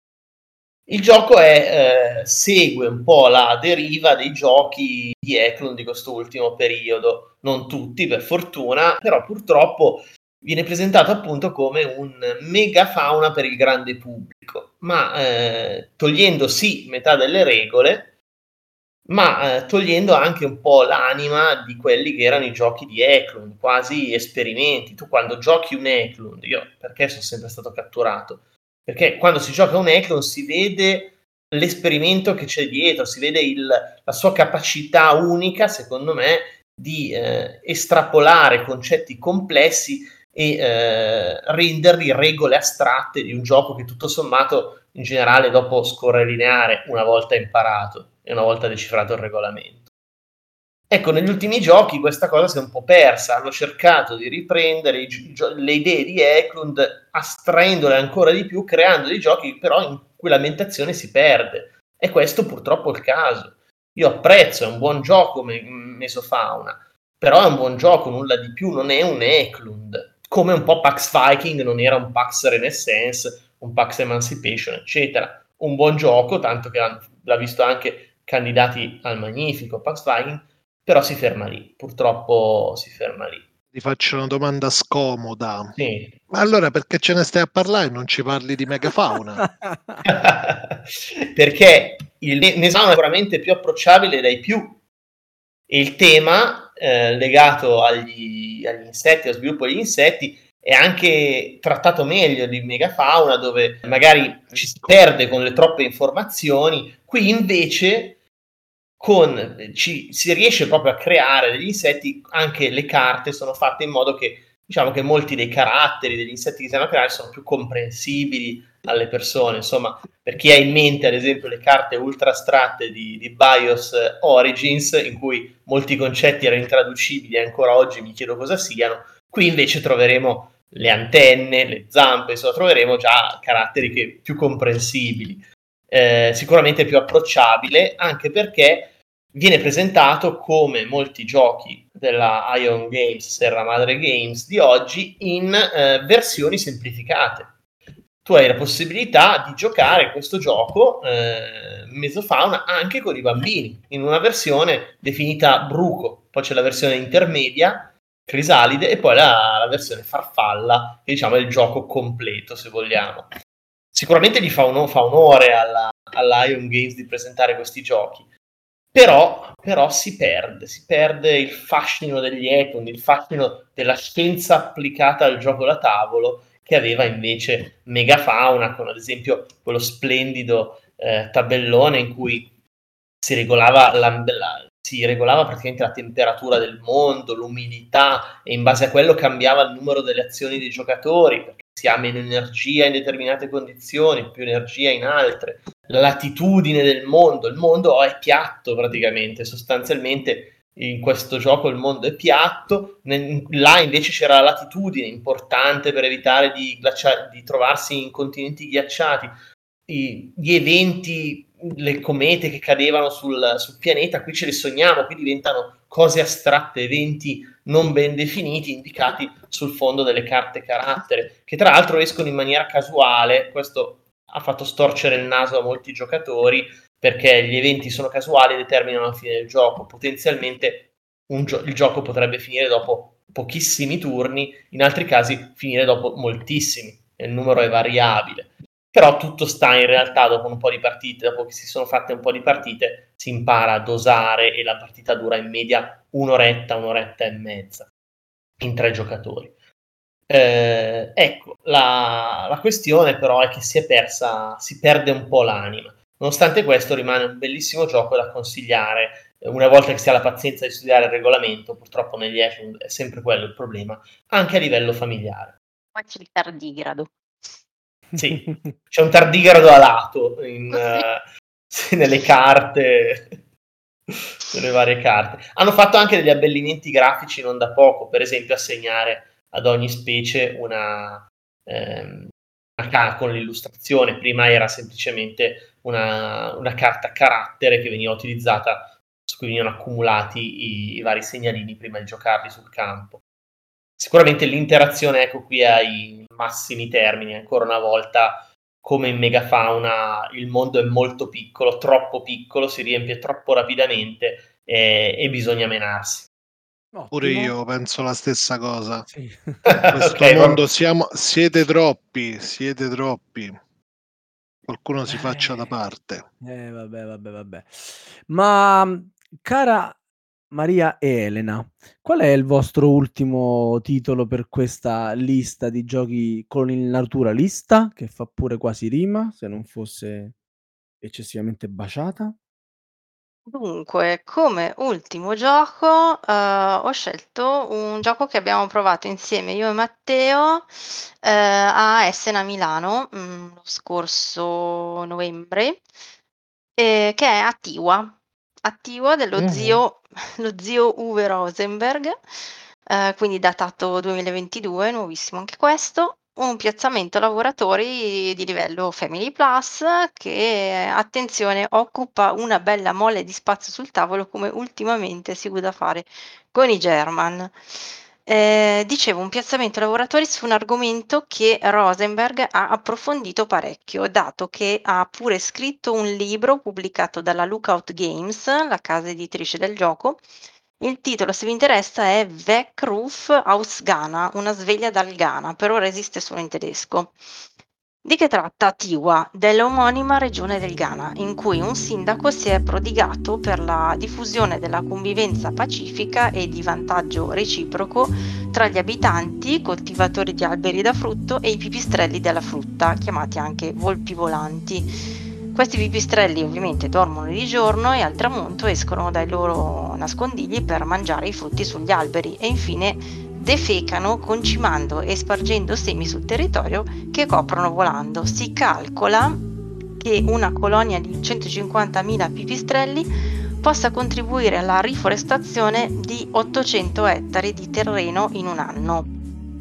Il gioco segue un po' la deriva dei giochi di Eklund di questo ultimo periodo, non tutti per fortuna, però purtroppo viene presentato appunto come un megafauna per il grande pubblico, ma togliendo sì metà delle regole, ma togliendo anche un po' l'anima di quelli che erano i giochi di Eklund, quasi esperimenti. Tu quando giochi un Eklund, io perché sono sempre stato catturato? Perché quando si gioca un Eklund si vede l'esperimento che c'è dietro, si vede la sua capacità unica, secondo me, di estrapolare concetti complessi e renderli regole astratte di un gioco che tutto sommato in generale dopo scorre lineare una volta imparato e una volta decifrato il regolamento. Ecco, negli ultimi giochi questa cosa si è un po' persa, hanno cercato di riprendere le idee di Eklund, astraendole ancora di più, creando dei giochi però in cui l'ambientazione si perde, e questo purtroppo è il caso. Io apprezzo, è un buon gioco Mesofauna, però è un buon gioco, nulla di più, non è un Eklund, come un po' Pax Viking non era un Pax Renaissance, un Pax Emancipation, eccetera. Un buon gioco, tanto che l'ha visto anche candidati al magnifico Pax Viking, però si ferma lì, purtroppo si ferma lì. Ti faccio una domanda scomoda. Sì. Ma allora perché ce ne stai a parlare e non ci parli di megafauna? Perché il Mesofauna è sicuramente più approcciabile dai più, e il tema legato agli insetti, allo sviluppo degli insetti, è anche trattato meglio di Megafauna, dove magari ci si perde con le troppe informazioni. Qui invece si riesce proprio a creare degli insetti, anche le carte sono fatte in modo che, diciamo, che molti dei caratteri degli insetti che si vanno a creare sono più comprensibili alle persone. Insomma, per chi ha in mente ad esempio le carte ultra astratte di Bios Origins, in cui molti concetti erano intraducibili e ancora oggi mi chiedo cosa siano, qui invece troveremo le antenne, le zampe, insomma troveremo già caratteri più comprensibili. Sicuramente più approcciabile, anche perché viene presentato come molti giochi della Ion Games, Serra Madre Games di oggi, in versioni semplificate. Tu hai la possibilità di giocare questo gioco Mesofauna anche con i bambini, in una versione definita Bruco, poi c'è la versione intermedia, Crisalide, e poi la versione Farfalla, che diciamo è il gioco completo, se vogliamo. Sicuramente gli fa onore alla Ion Games di presentare questi giochi, però si perde il fascino degli Eton, il fascino della scienza applicata al gioco da tavolo che aveva invece Megafauna, con ad esempio quello splendido tabellone in cui si regolava praticamente la temperatura del mondo, l'umidità, e in base a quello cambiava il numero delle azioni dei giocatori, perché si ha meno energia in determinate condizioni, più energia in altre. La latitudine del mondo, il mondo è piatto praticamente, sostanzialmente in questo gioco il mondo è piatto, là invece c'era la latitudine importante per evitare di trovarsi in continenti ghiacciati, gli eventi, le comete che cadevano sul pianeta, qui ce le sogniamo, qui diventano cose astratte, eventi non ben definiti, indicati sul fondo delle carte carattere, che tra l'altro escono in maniera casuale. Questo ha fatto storcere il naso a molti giocatori, perché gli eventi sono casuali e determinano la fine del gioco. Potenzialmente il gioco potrebbe finire dopo pochissimi turni, in altri casi finire dopo moltissimi, e il numero è variabile. Però tutto sta in realtà, dopo un po' di partite, dopo che si sono fatte un po' di partite, si impara a dosare e la partita dura in media un'oretta e mezza in 3 giocatori. Ecco, la questione però è che si perde un po' l'anima. Nonostante questo rimane un bellissimo gioco da consigliare, una volta che si ha la pazienza di studiare il regolamento. Purtroppo negli Eton è sempre quello il problema, anche a livello familiare. Poi c'è il tardigrado. Sì, c'è un tardigrado a lato nelle carte, nelle varie carte. Hanno fatto anche degli abbellimenti grafici non da poco, per esempio assegnare ad ogni specie una con l'illustrazione. Prima era semplicemente una carta carattere che veniva utilizzata, su cui venivano accumulati i vari segnalini prima di giocarli sul campo. Sicuramente l'interazione, ecco qui ai massimi termini, ancora una volta, come in Megafauna il mondo è molto piccolo, troppo piccolo, si riempie troppo rapidamente e bisogna menarsi. Ottimo. Pure io penso la stessa cosa. Sì. Questo mondo siete troppi. Qualcuno si faccia da parte. Vabbè. Ma cara Maria e Elena, qual è il vostro ultimo titolo per questa lista di giochi con il naturalista, che fa pure quasi rima, se non fosse eccessivamente baciata? Dunque, come ultimo gioco, ho scelto un gioco che abbiamo provato insieme io e Matteo, a Essen a Milano, lo scorso novembre, che è Attiwa dello zio Uwe Rosenberg, quindi datato 2022, nuovissimo anche questo. Un piazzamento lavoratori di livello Family Plus che, attenzione, occupa una bella mole di spazio sul tavolo, come ultimamente si usa fare con i German. Dicevo, un piazzamento lavoratori su un argomento che Rosenberg ha approfondito parecchio, dato che ha pure scritto un libro pubblicato dalla Lookout Games, la casa editrice del gioco. Il titolo, se vi interessa, è Weckruf aus Ghana, una sveglia dal Ghana, per ora esiste solo in tedesco. Di che tratta Attiwa? Dell'omonima regione del Ghana, in cui un sindaco si è prodigato per la diffusione della convivenza pacifica e di vantaggio reciproco tra gli abitanti, coltivatori di alberi da frutto, e i pipistrelli della frutta, chiamati anche volpi volanti. Questi pipistrelli ovviamente dormono di giorno e al tramonto escono dai loro nascondigli per mangiare i frutti sugli alberi e infine defecano concimando e spargendo semi sul territorio che coprono volando. Si calcola che una colonia di 150.000 pipistrelli possa contribuire alla riforestazione di 800 ettari di terreno in un anno.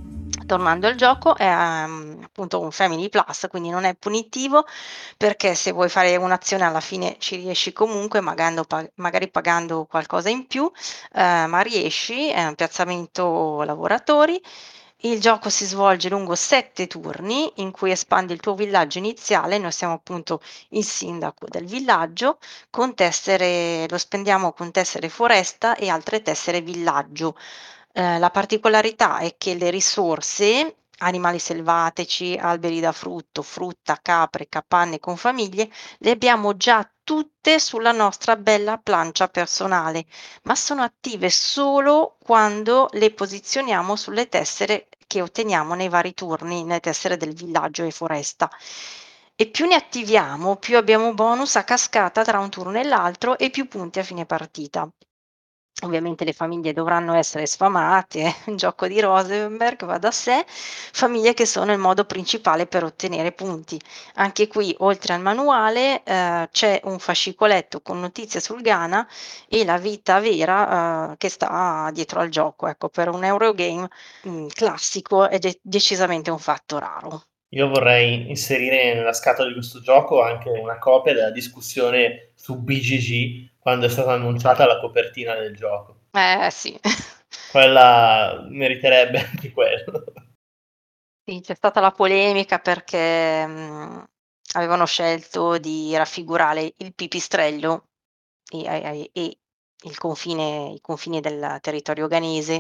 Tornando al gioco, è appunto un Family Plus, quindi non è punitivo, perché se vuoi fare un'azione alla fine ci riesci comunque, magari pagando qualcosa in più, ma riesci, è un piazzamento lavoratori. Il gioco si svolge lungo 7 turni in cui espandi il tuo villaggio iniziale, noi siamo appunto il sindaco del villaggio, lo spendiamo con tessere foresta e altre tessere villaggio. La particolarità è che le risorse, animali selvatici, alberi da frutto, frutta, capre, capanne con famiglie, le abbiamo già tutte sulla nostra bella plancia personale, ma sono attive solo quando le posizioniamo sulle tessere che otteniamo nei vari turni, nelle tessere del villaggio e foresta. E più ne attiviamo, più abbiamo bonus a cascata tra un turno e l'altro e più punti a fine partita. Ovviamente le famiglie dovranno essere sfamate, un gioco di Rosenberg va da sé, famiglie che sono il modo principale per ottenere punti. Anche qui, oltre al manuale, c'è un fascicoletto con notizie sul Ghana e la vita vera che sta dietro al gioco. Ecco, per un Eurogame classico è decisamente un fatto raro. Io vorrei inserire nella scatola di questo gioco anche una copia della discussione su BGG quando è stata annunciata la copertina del gioco. Sì. Quella meriterebbe anche quello. Sì, c'è stata la polemica perché avevano scelto di raffigurare il pipistrello e i confini del territorio ghanese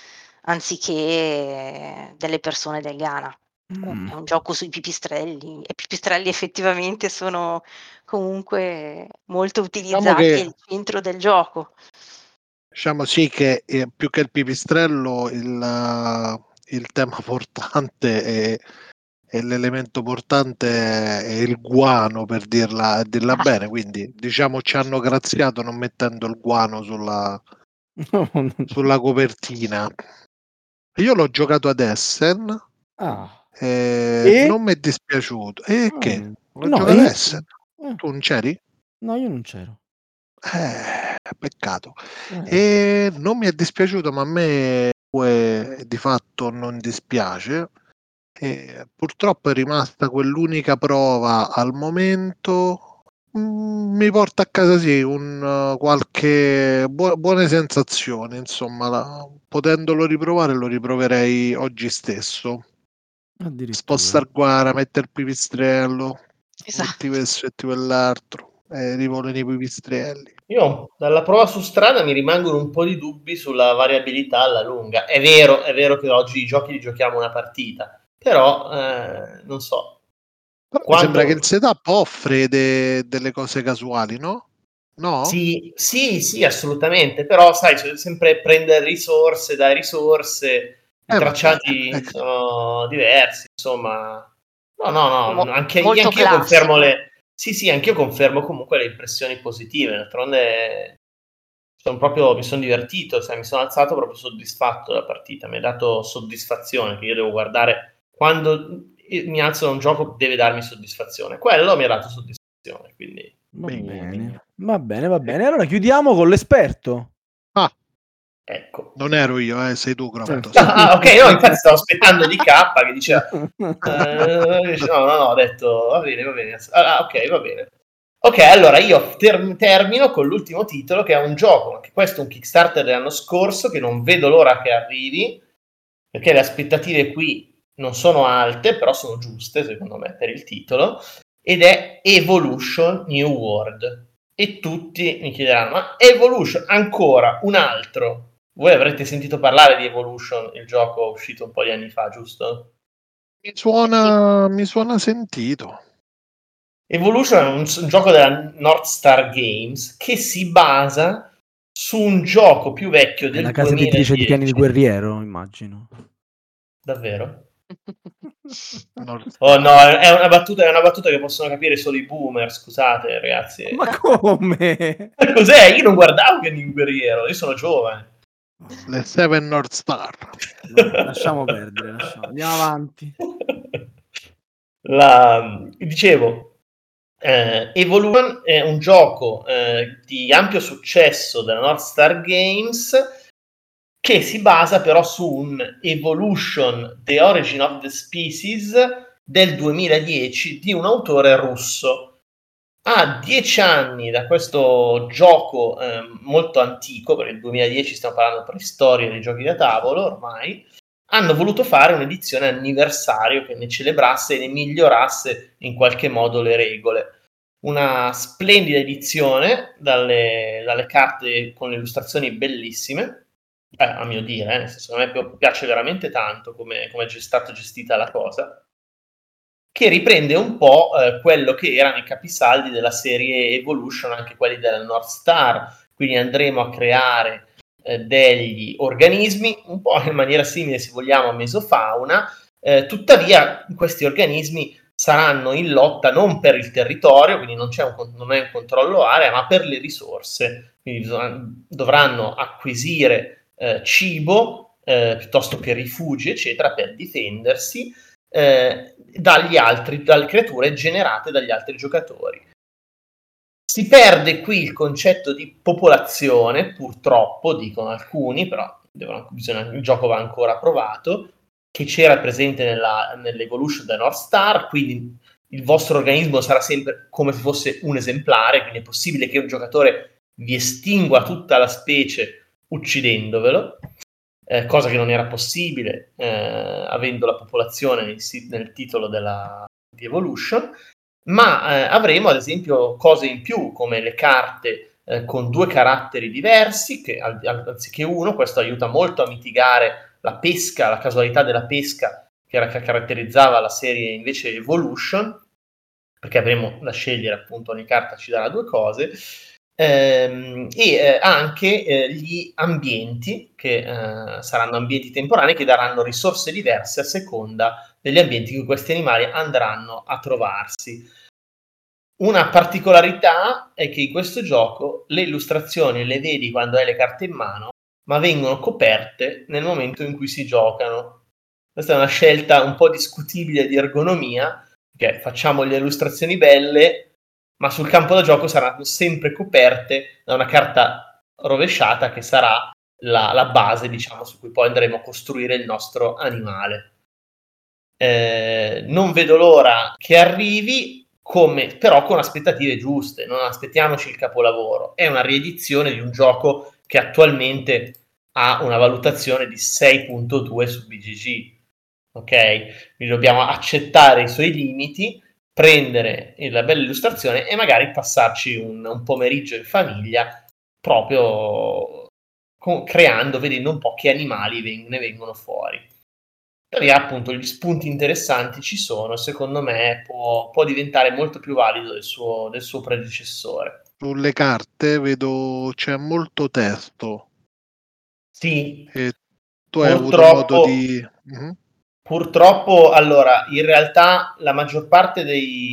anziché delle persone del Ghana. È un gioco sui pipistrelli e i pipistrelli effettivamente sono comunque molto utilizzati che e il centro del gioco. diciamo sì che più che il pipistrello il tema portante è l'elemento portante è il guano, per dirla bene, quindi diciamo ci hanno graziato non mettendo il guano sulla copertina. Io l'ho giocato ad Essen, E? non mi è dispiaciuto. E che? L'ho No, giocato ad Essen. Tu non c'eri? No, io non c'ero. Peccato. E non mi è dispiaciuto, ma a me di fatto non dispiace. E purtroppo è rimasta quell'unica prova al momento. Mi porta a casa sì qualche buone sensazioni, insomma, potendolo riprovare lo riproverei oggi stesso. Sposta il guara, mette il pipistrello, metti questo e quell'altro, rivolano i pipistrelli. Io dalla prova su strada mi rimangono un po' di dubbi sulla variabilità alla lunga. È vero che oggi i giochi li giochiamo una partita, però non so. Però mi sembra che il setup offre delle cose casuali, no? No? Sì, assolutamente, però sai, c'è sempre prendere risorse, dai risorse, i tracciati sono diversi, insomma. No, anche io confermo anch'io confermo comunque le impressioni positive, d'altronde mi sono divertito, mi sono alzato proprio soddisfatto della partita, mi ha dato soddisfazione, che io devo guardare quando mi alzo da un gioco deve darmi soddisfazione, quello mi ha dato soddisfazione, quindi Va bene, allora chiudiamo con l'esperto. Ecco. Non ero io, sei tu, Croptos. Ok, no, infatti stavo aspettando di K che diceva no, ho detto va bene. Ok, va bene. Ok, allora io termino con l'ultimo titolo, che è un gioco, anche questo è un Kickstarter dell'anno scorso, che non vedo l'ora che arrivi, perché le aspettative qui non sono alte, però sono giuste, secondo me, per il titolo, ed è Evolution New World. E tutti mi chiederanno, ma Evolution, ancora un altro? Voi avrete sentito parlare di Evolution, il gioco uscito un po' di anni fa, giusto? Mi suona sentito. Evolution è un gioco della North Star Games che si basa su un gioco più vecchio del 2010. La casa editrice di Kenny il Guerriero, immagino. Davvero? Oh no, è una battuta che possono capire solo i boomer, scusate ragazzi. Ma come? Cos'è? Io non guardavo Kenny il Guerriero, io sono giovane. Le Seven North Star. Lasciamo perdere, andiamo avanti. Dicevo, Evolution è un gioco di ampio successo della North Star Games che si basa però su un Evolution: The Origin of the Species del 2010 di un autore russo. A 10 anni da questo gioco molto antico, perché nel 2010 stiamo parlando preistoria dei giochi da tavolo ormai, hanno voluto fare un'edizione anniversario che ne celebrasse e ne migliorasse in qualche modo le regole. Una splendida edizione dalle carte con le illustrazioni bellissime, a mio dire, nel senso, a me piace veramente tanto come è stata gestita la cosa, che riprende un po' quello che erano i capisaldi della serie Evolution, anche quelli della North Star. Quindi andremo a creare degli organismi un po' in maniera simile, se vogliamo, a mesofauna, tuttavia questi organismi saranno in lotta non per il territorio, quindi non è un controllo area, ma per le risorse. Quindi dovranno acquisire cibo piuttosto che rifugi, eccetera, per difendersi dalle creature generate dagli altri giocatori. Si perde qui il concetto di popolazione, purtroppo, dicono alcuni, però il gioco va ancora provato, che c'era presente nell'Evolution da North Star, quindi il vostro organismo sarà sempre come se fosse un esemplare, quindi è possibile che un giocatore vi estingua tutta la specie uccidendovelo, cosa che non era possibile avendo la popolazione nel titolo di Evolution, ma avremo ad esempio cose in più come le carte con 2 caratteri diversi anziché uno. Questo aiuta molto a mitigare la pesca, la casualità della pesca che caratterizzava la serie invece Evolution, perché avremo da scegliere, appunto, ogni carta ci darà 2 cose. Anche gli ambienti che saranno ambienti temporanei che daranno risorse diverse a seconda degli ambienti in cui questi animali andranno a trovarsi. Una particolarità è che in questo gioco le illustrazioni le vedi quando hai le carte in mano, ma vengono coperte nel momento in cui si giocano. Questa è una scelta un po' discutibile di ergonomia, perché facciamo le illustrazioni belle, ma sul campo da gioco saranno sempre coperte da una carta rovesciata che sarà la base, diciamo, su cui poi andremo a costruire il nostro animale. Non vedo l'ora che arrivi, però con aspettative giuste. Non aspettiamoci il capolavoro. È una riedizione di un gioco che attualmente ha una valutazione di 6.2 su BGG. Ok? Quindi dobbiamo accettare i suoi limiti, prendere la bella illustrazione e magari passarci un pomeriggio in famiglia, proprio vedendo un po' che animali ne vengono fuori. Tuttavia, appunto, gli spunti interessanti ci sono, secondo me può diventare molto più valido del suo predecessore. Sulle carte vedo c'è molto testo. Sì. E tu hai avuto modo di... Uh-huh. Purtroppo, allora, in realtà la maggior parte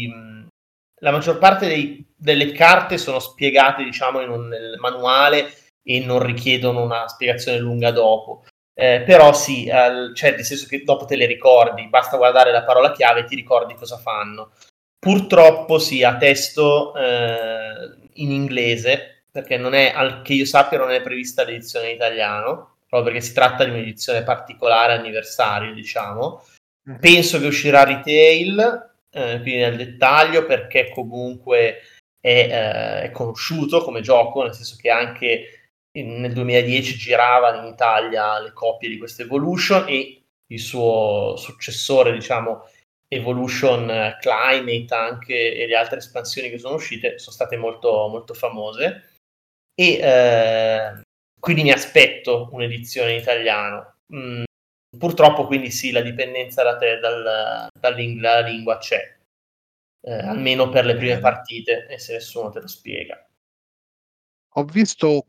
delle carte sono spiegate, diciamo, nel manuale e non richiedono una spiegazione lunga dopo. Però sì, cioè nel senso che dopo te le ricordi, basta guardare la parola chiave e ti ricordi cosa fanno. Purtroppo sì, a testo in inglese, perché che io sappia non è prevista l'edizione in italiano, proprio perché si tratta di un'edizione particolare anniversario, diciamo. Penso che uscirà retail, quindi nel dettaglio, perché comunque è conosciuto come gioco, nel senso che anche nel 2010 giravano in Italia le copie di questo Evolution e il suo successore, diciamo, Evolution Climate, anche, e le altre espansioni che sono uscite sono state molto, molto famose, e quindi mi aspetto un'edizione in italiano. Purtroppo, quindi sì, la dipendenza dalla lingua c'è, almeno per le prime partite, e se nessuno te lo spiega. Ho visto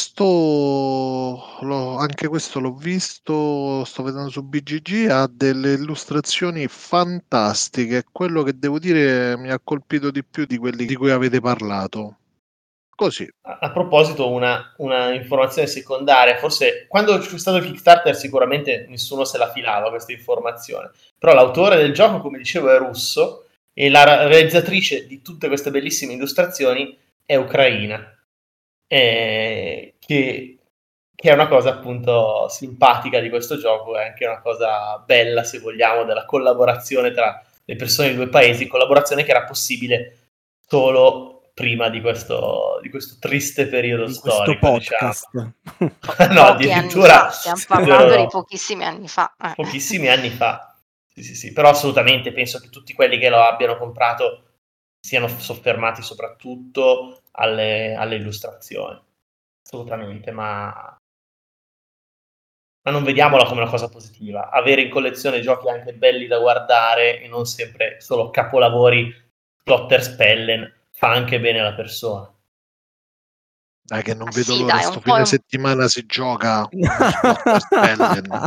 anche questo l'ho visto, sto vedendo su BGG, ha delle illustrazioni fantastiche, quello che devo dire mi ha colpito di più di quelli di cui avete parlato. Così. A proposito, una informazione secondaria, forse quando c'è stato il Kickstarter sicuramente nessuno se la filava questa informazione, però l'autore del gioco, come dicevo, è russo e la realizzatrice di tutte queste bellissime illustrazioni è ucraina. Che che è una cosa appunto simpatica di questo gioco, è anche una cosa bella, se vogliamo, della collaborazione tra le persone dei due paesi, collaborazione che era possibile solo prima di questo triste periodo storico, podcast. Diciamo. No, addirittura stiamo parlando di pochissimi anni fa. Pochissimi anni fa. Sì, però assolutamente penso che tutti quelli che lo abbiano comprato siano soffermati soprattutto alle illustrazioni. Assolutamente, ma non vediamola come una cosa positiva. Avere in collezione giochi anche belli da guardare e non sempre solo capolavori Plotterspellen fa anche bene alla persona. Dai, che non vedo l'ora, sto fine settimana si gioca Plotterspellen.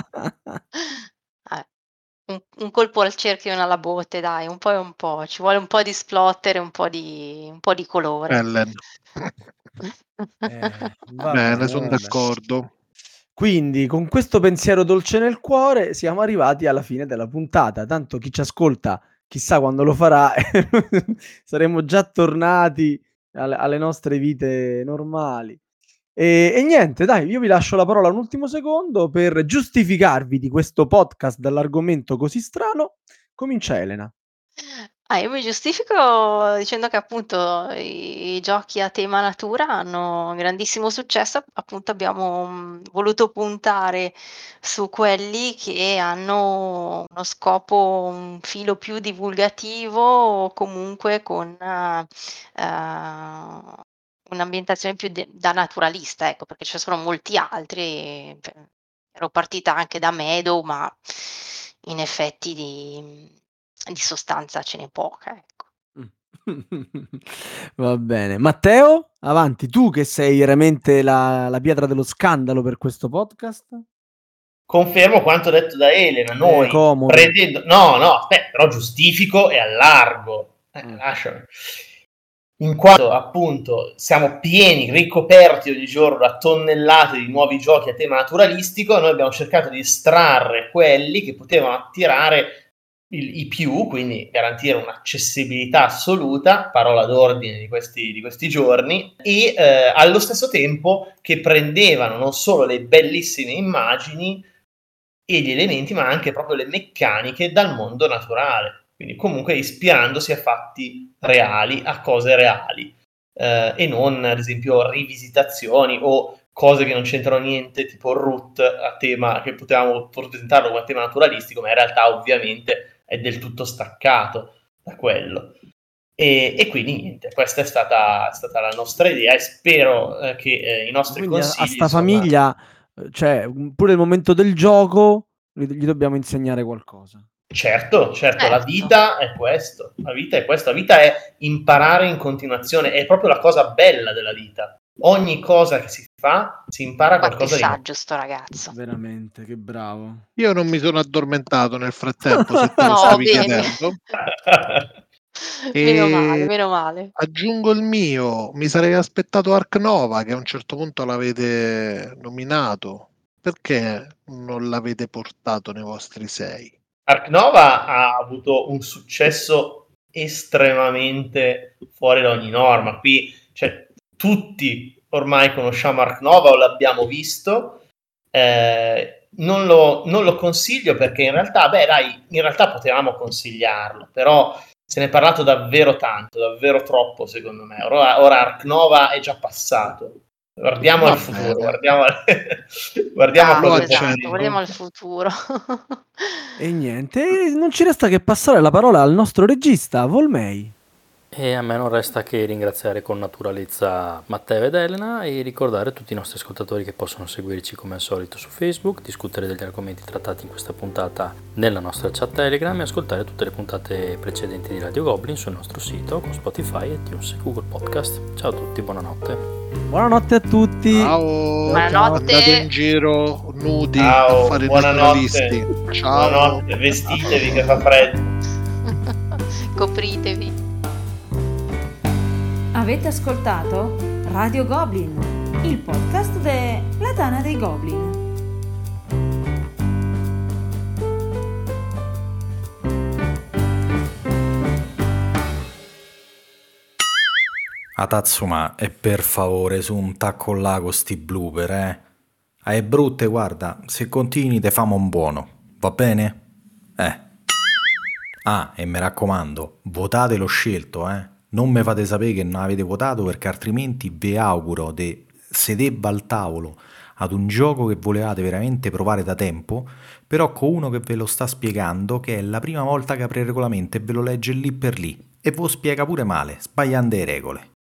Un colpo al cerchio e una alla botte, dai, un po' e un po'. Ci vuole un po' di splotter e un po' di colore. Bene, sono d'accordo. Quindi, con questo pensiero dolce nel cuore, siamo arrivati alla fine della puntata. Tanto chi ci ascolta, chissà quando lo farà, saremo già tornati alle nostre vite normali. E niente, dai, io vi lascio la parola un ultimo secondo per giustificarvi di questo podcast dall'argomento così strano. Comincia Elena. Io mi giustifico dicendo che appunto i giochi a tema natura hanno un grandissimo successo, appunto abbiamo voluto puntare su quelli che hanno uno scopo un filo più divulgativo o comunque con un'ambientazione più da naturalista, ecco, perché ce ne sono molti altri. Ero partita anche da Meadow, ma in effetti di sostanza ce n'è poca, ecco. Va bene. Matteo, avanti, tu che sei veramente la pietra dello scandalo per questo podcast. Confermo quanto detto da Elena, noi pretendo... No, aspetta, però giustifico e allargo. Lasciami. In quanto appunto siamo pieni, ricoperti ogni giorno da tonnellate di nuovi giochi a tema naturalistico, noi abbiamo cercato di estrarre quelli che potevano attirare i più, quindi garantire un'accessibilità assoluta, parola d'ordine di questi giorni, e allo stesso tempo che prendevano non solo le bellissime immagini e gli elementi, ma anche proprio le meccaniche dal mondo naturale. Quindi comunque ispirandosi a fatti reali, a cose reali, e non ad esempio rivisitazioni o cose che non c'entrano niente, tipo Root a tema, che potevamo presentarlo come tema naturalistico, ma in realtà ovviamente è del tutto staccato da quello. E quindi niente, questa è stata la nostra idea e spero che i nostri quindi consigli... A sta famiglia, cioè, pure il momento del gioco, gli dobbiamo insegnare qualcosa. Certo, la vita è questo, la vita è imparare in continuazione, è proprio la cosa bella della vita. Ogni cosa che si fa, si impara qualcosa di nuovo. Saggio sto ragazzo. Veramente, che bravo. Io non mi sono addormentato nel frattempo, se te lo stavi chiedendo. Meno male. Aggiungo il mio, mi sarei aspettato Ark Nova, che a un certo punto l'avete nominato. Perché non l'avete portato nei vostri 6? Ark Nova ha avuto un successo estremamente fuori da ogni norma. Qui, cioè, tutti ormai conosciamo Ark Nova o l'abbiamo visto. Non lo consiglio perché in realtà potevamo consigliarlo, però se ne è parlato davvero tanto, davvero troppo secondo me. Ora Ark Nova è già passato. Guardiamo al futuro, guardiamo al futuro. E niente, non ci resta che passare la parola al nostro regista, Volmei. E a me non resta che ringraziare con naturalezza Matteo ed Elena e ricordare a tutti i nostri ascoltatori che possono seguirci come al solito su Facebook, discutere degli argomenti trattati in questa puntata nella nostra chat Telegram e ascoltare tutte le puntate precedenti di Radio Goblin sul nostro sito con Spotify, iTunes e Google Podcast. Ciao a tutti, buonanotte. Buonanotte a tutti. Ciao. Buonanotte. Andate in giro nudi a fare i naturalisti. Ciao. Buonanotte, vestitevi che fa freddo. Copritevi. Avete ascoltato Radio Goblin, il podcast della Tana dei Goblin. Atatsuma, e per favore su un tacco là con sti blooper, È brutte, guarda, se continui te famo un buono, va bene? Ah, e mi raccomando, votate lo scelto, Non mi fate sapere che non avete votato, perché altrimenti vi auguro di sedere al tavolo ad un gioco che volevate veramente provare da tempo, però con uno che ve lo sta spiegando, che è la prima volta che apre il regolamento e ve lo legge lì per lì, e ve lo spiega pure male, sbagliando le regole.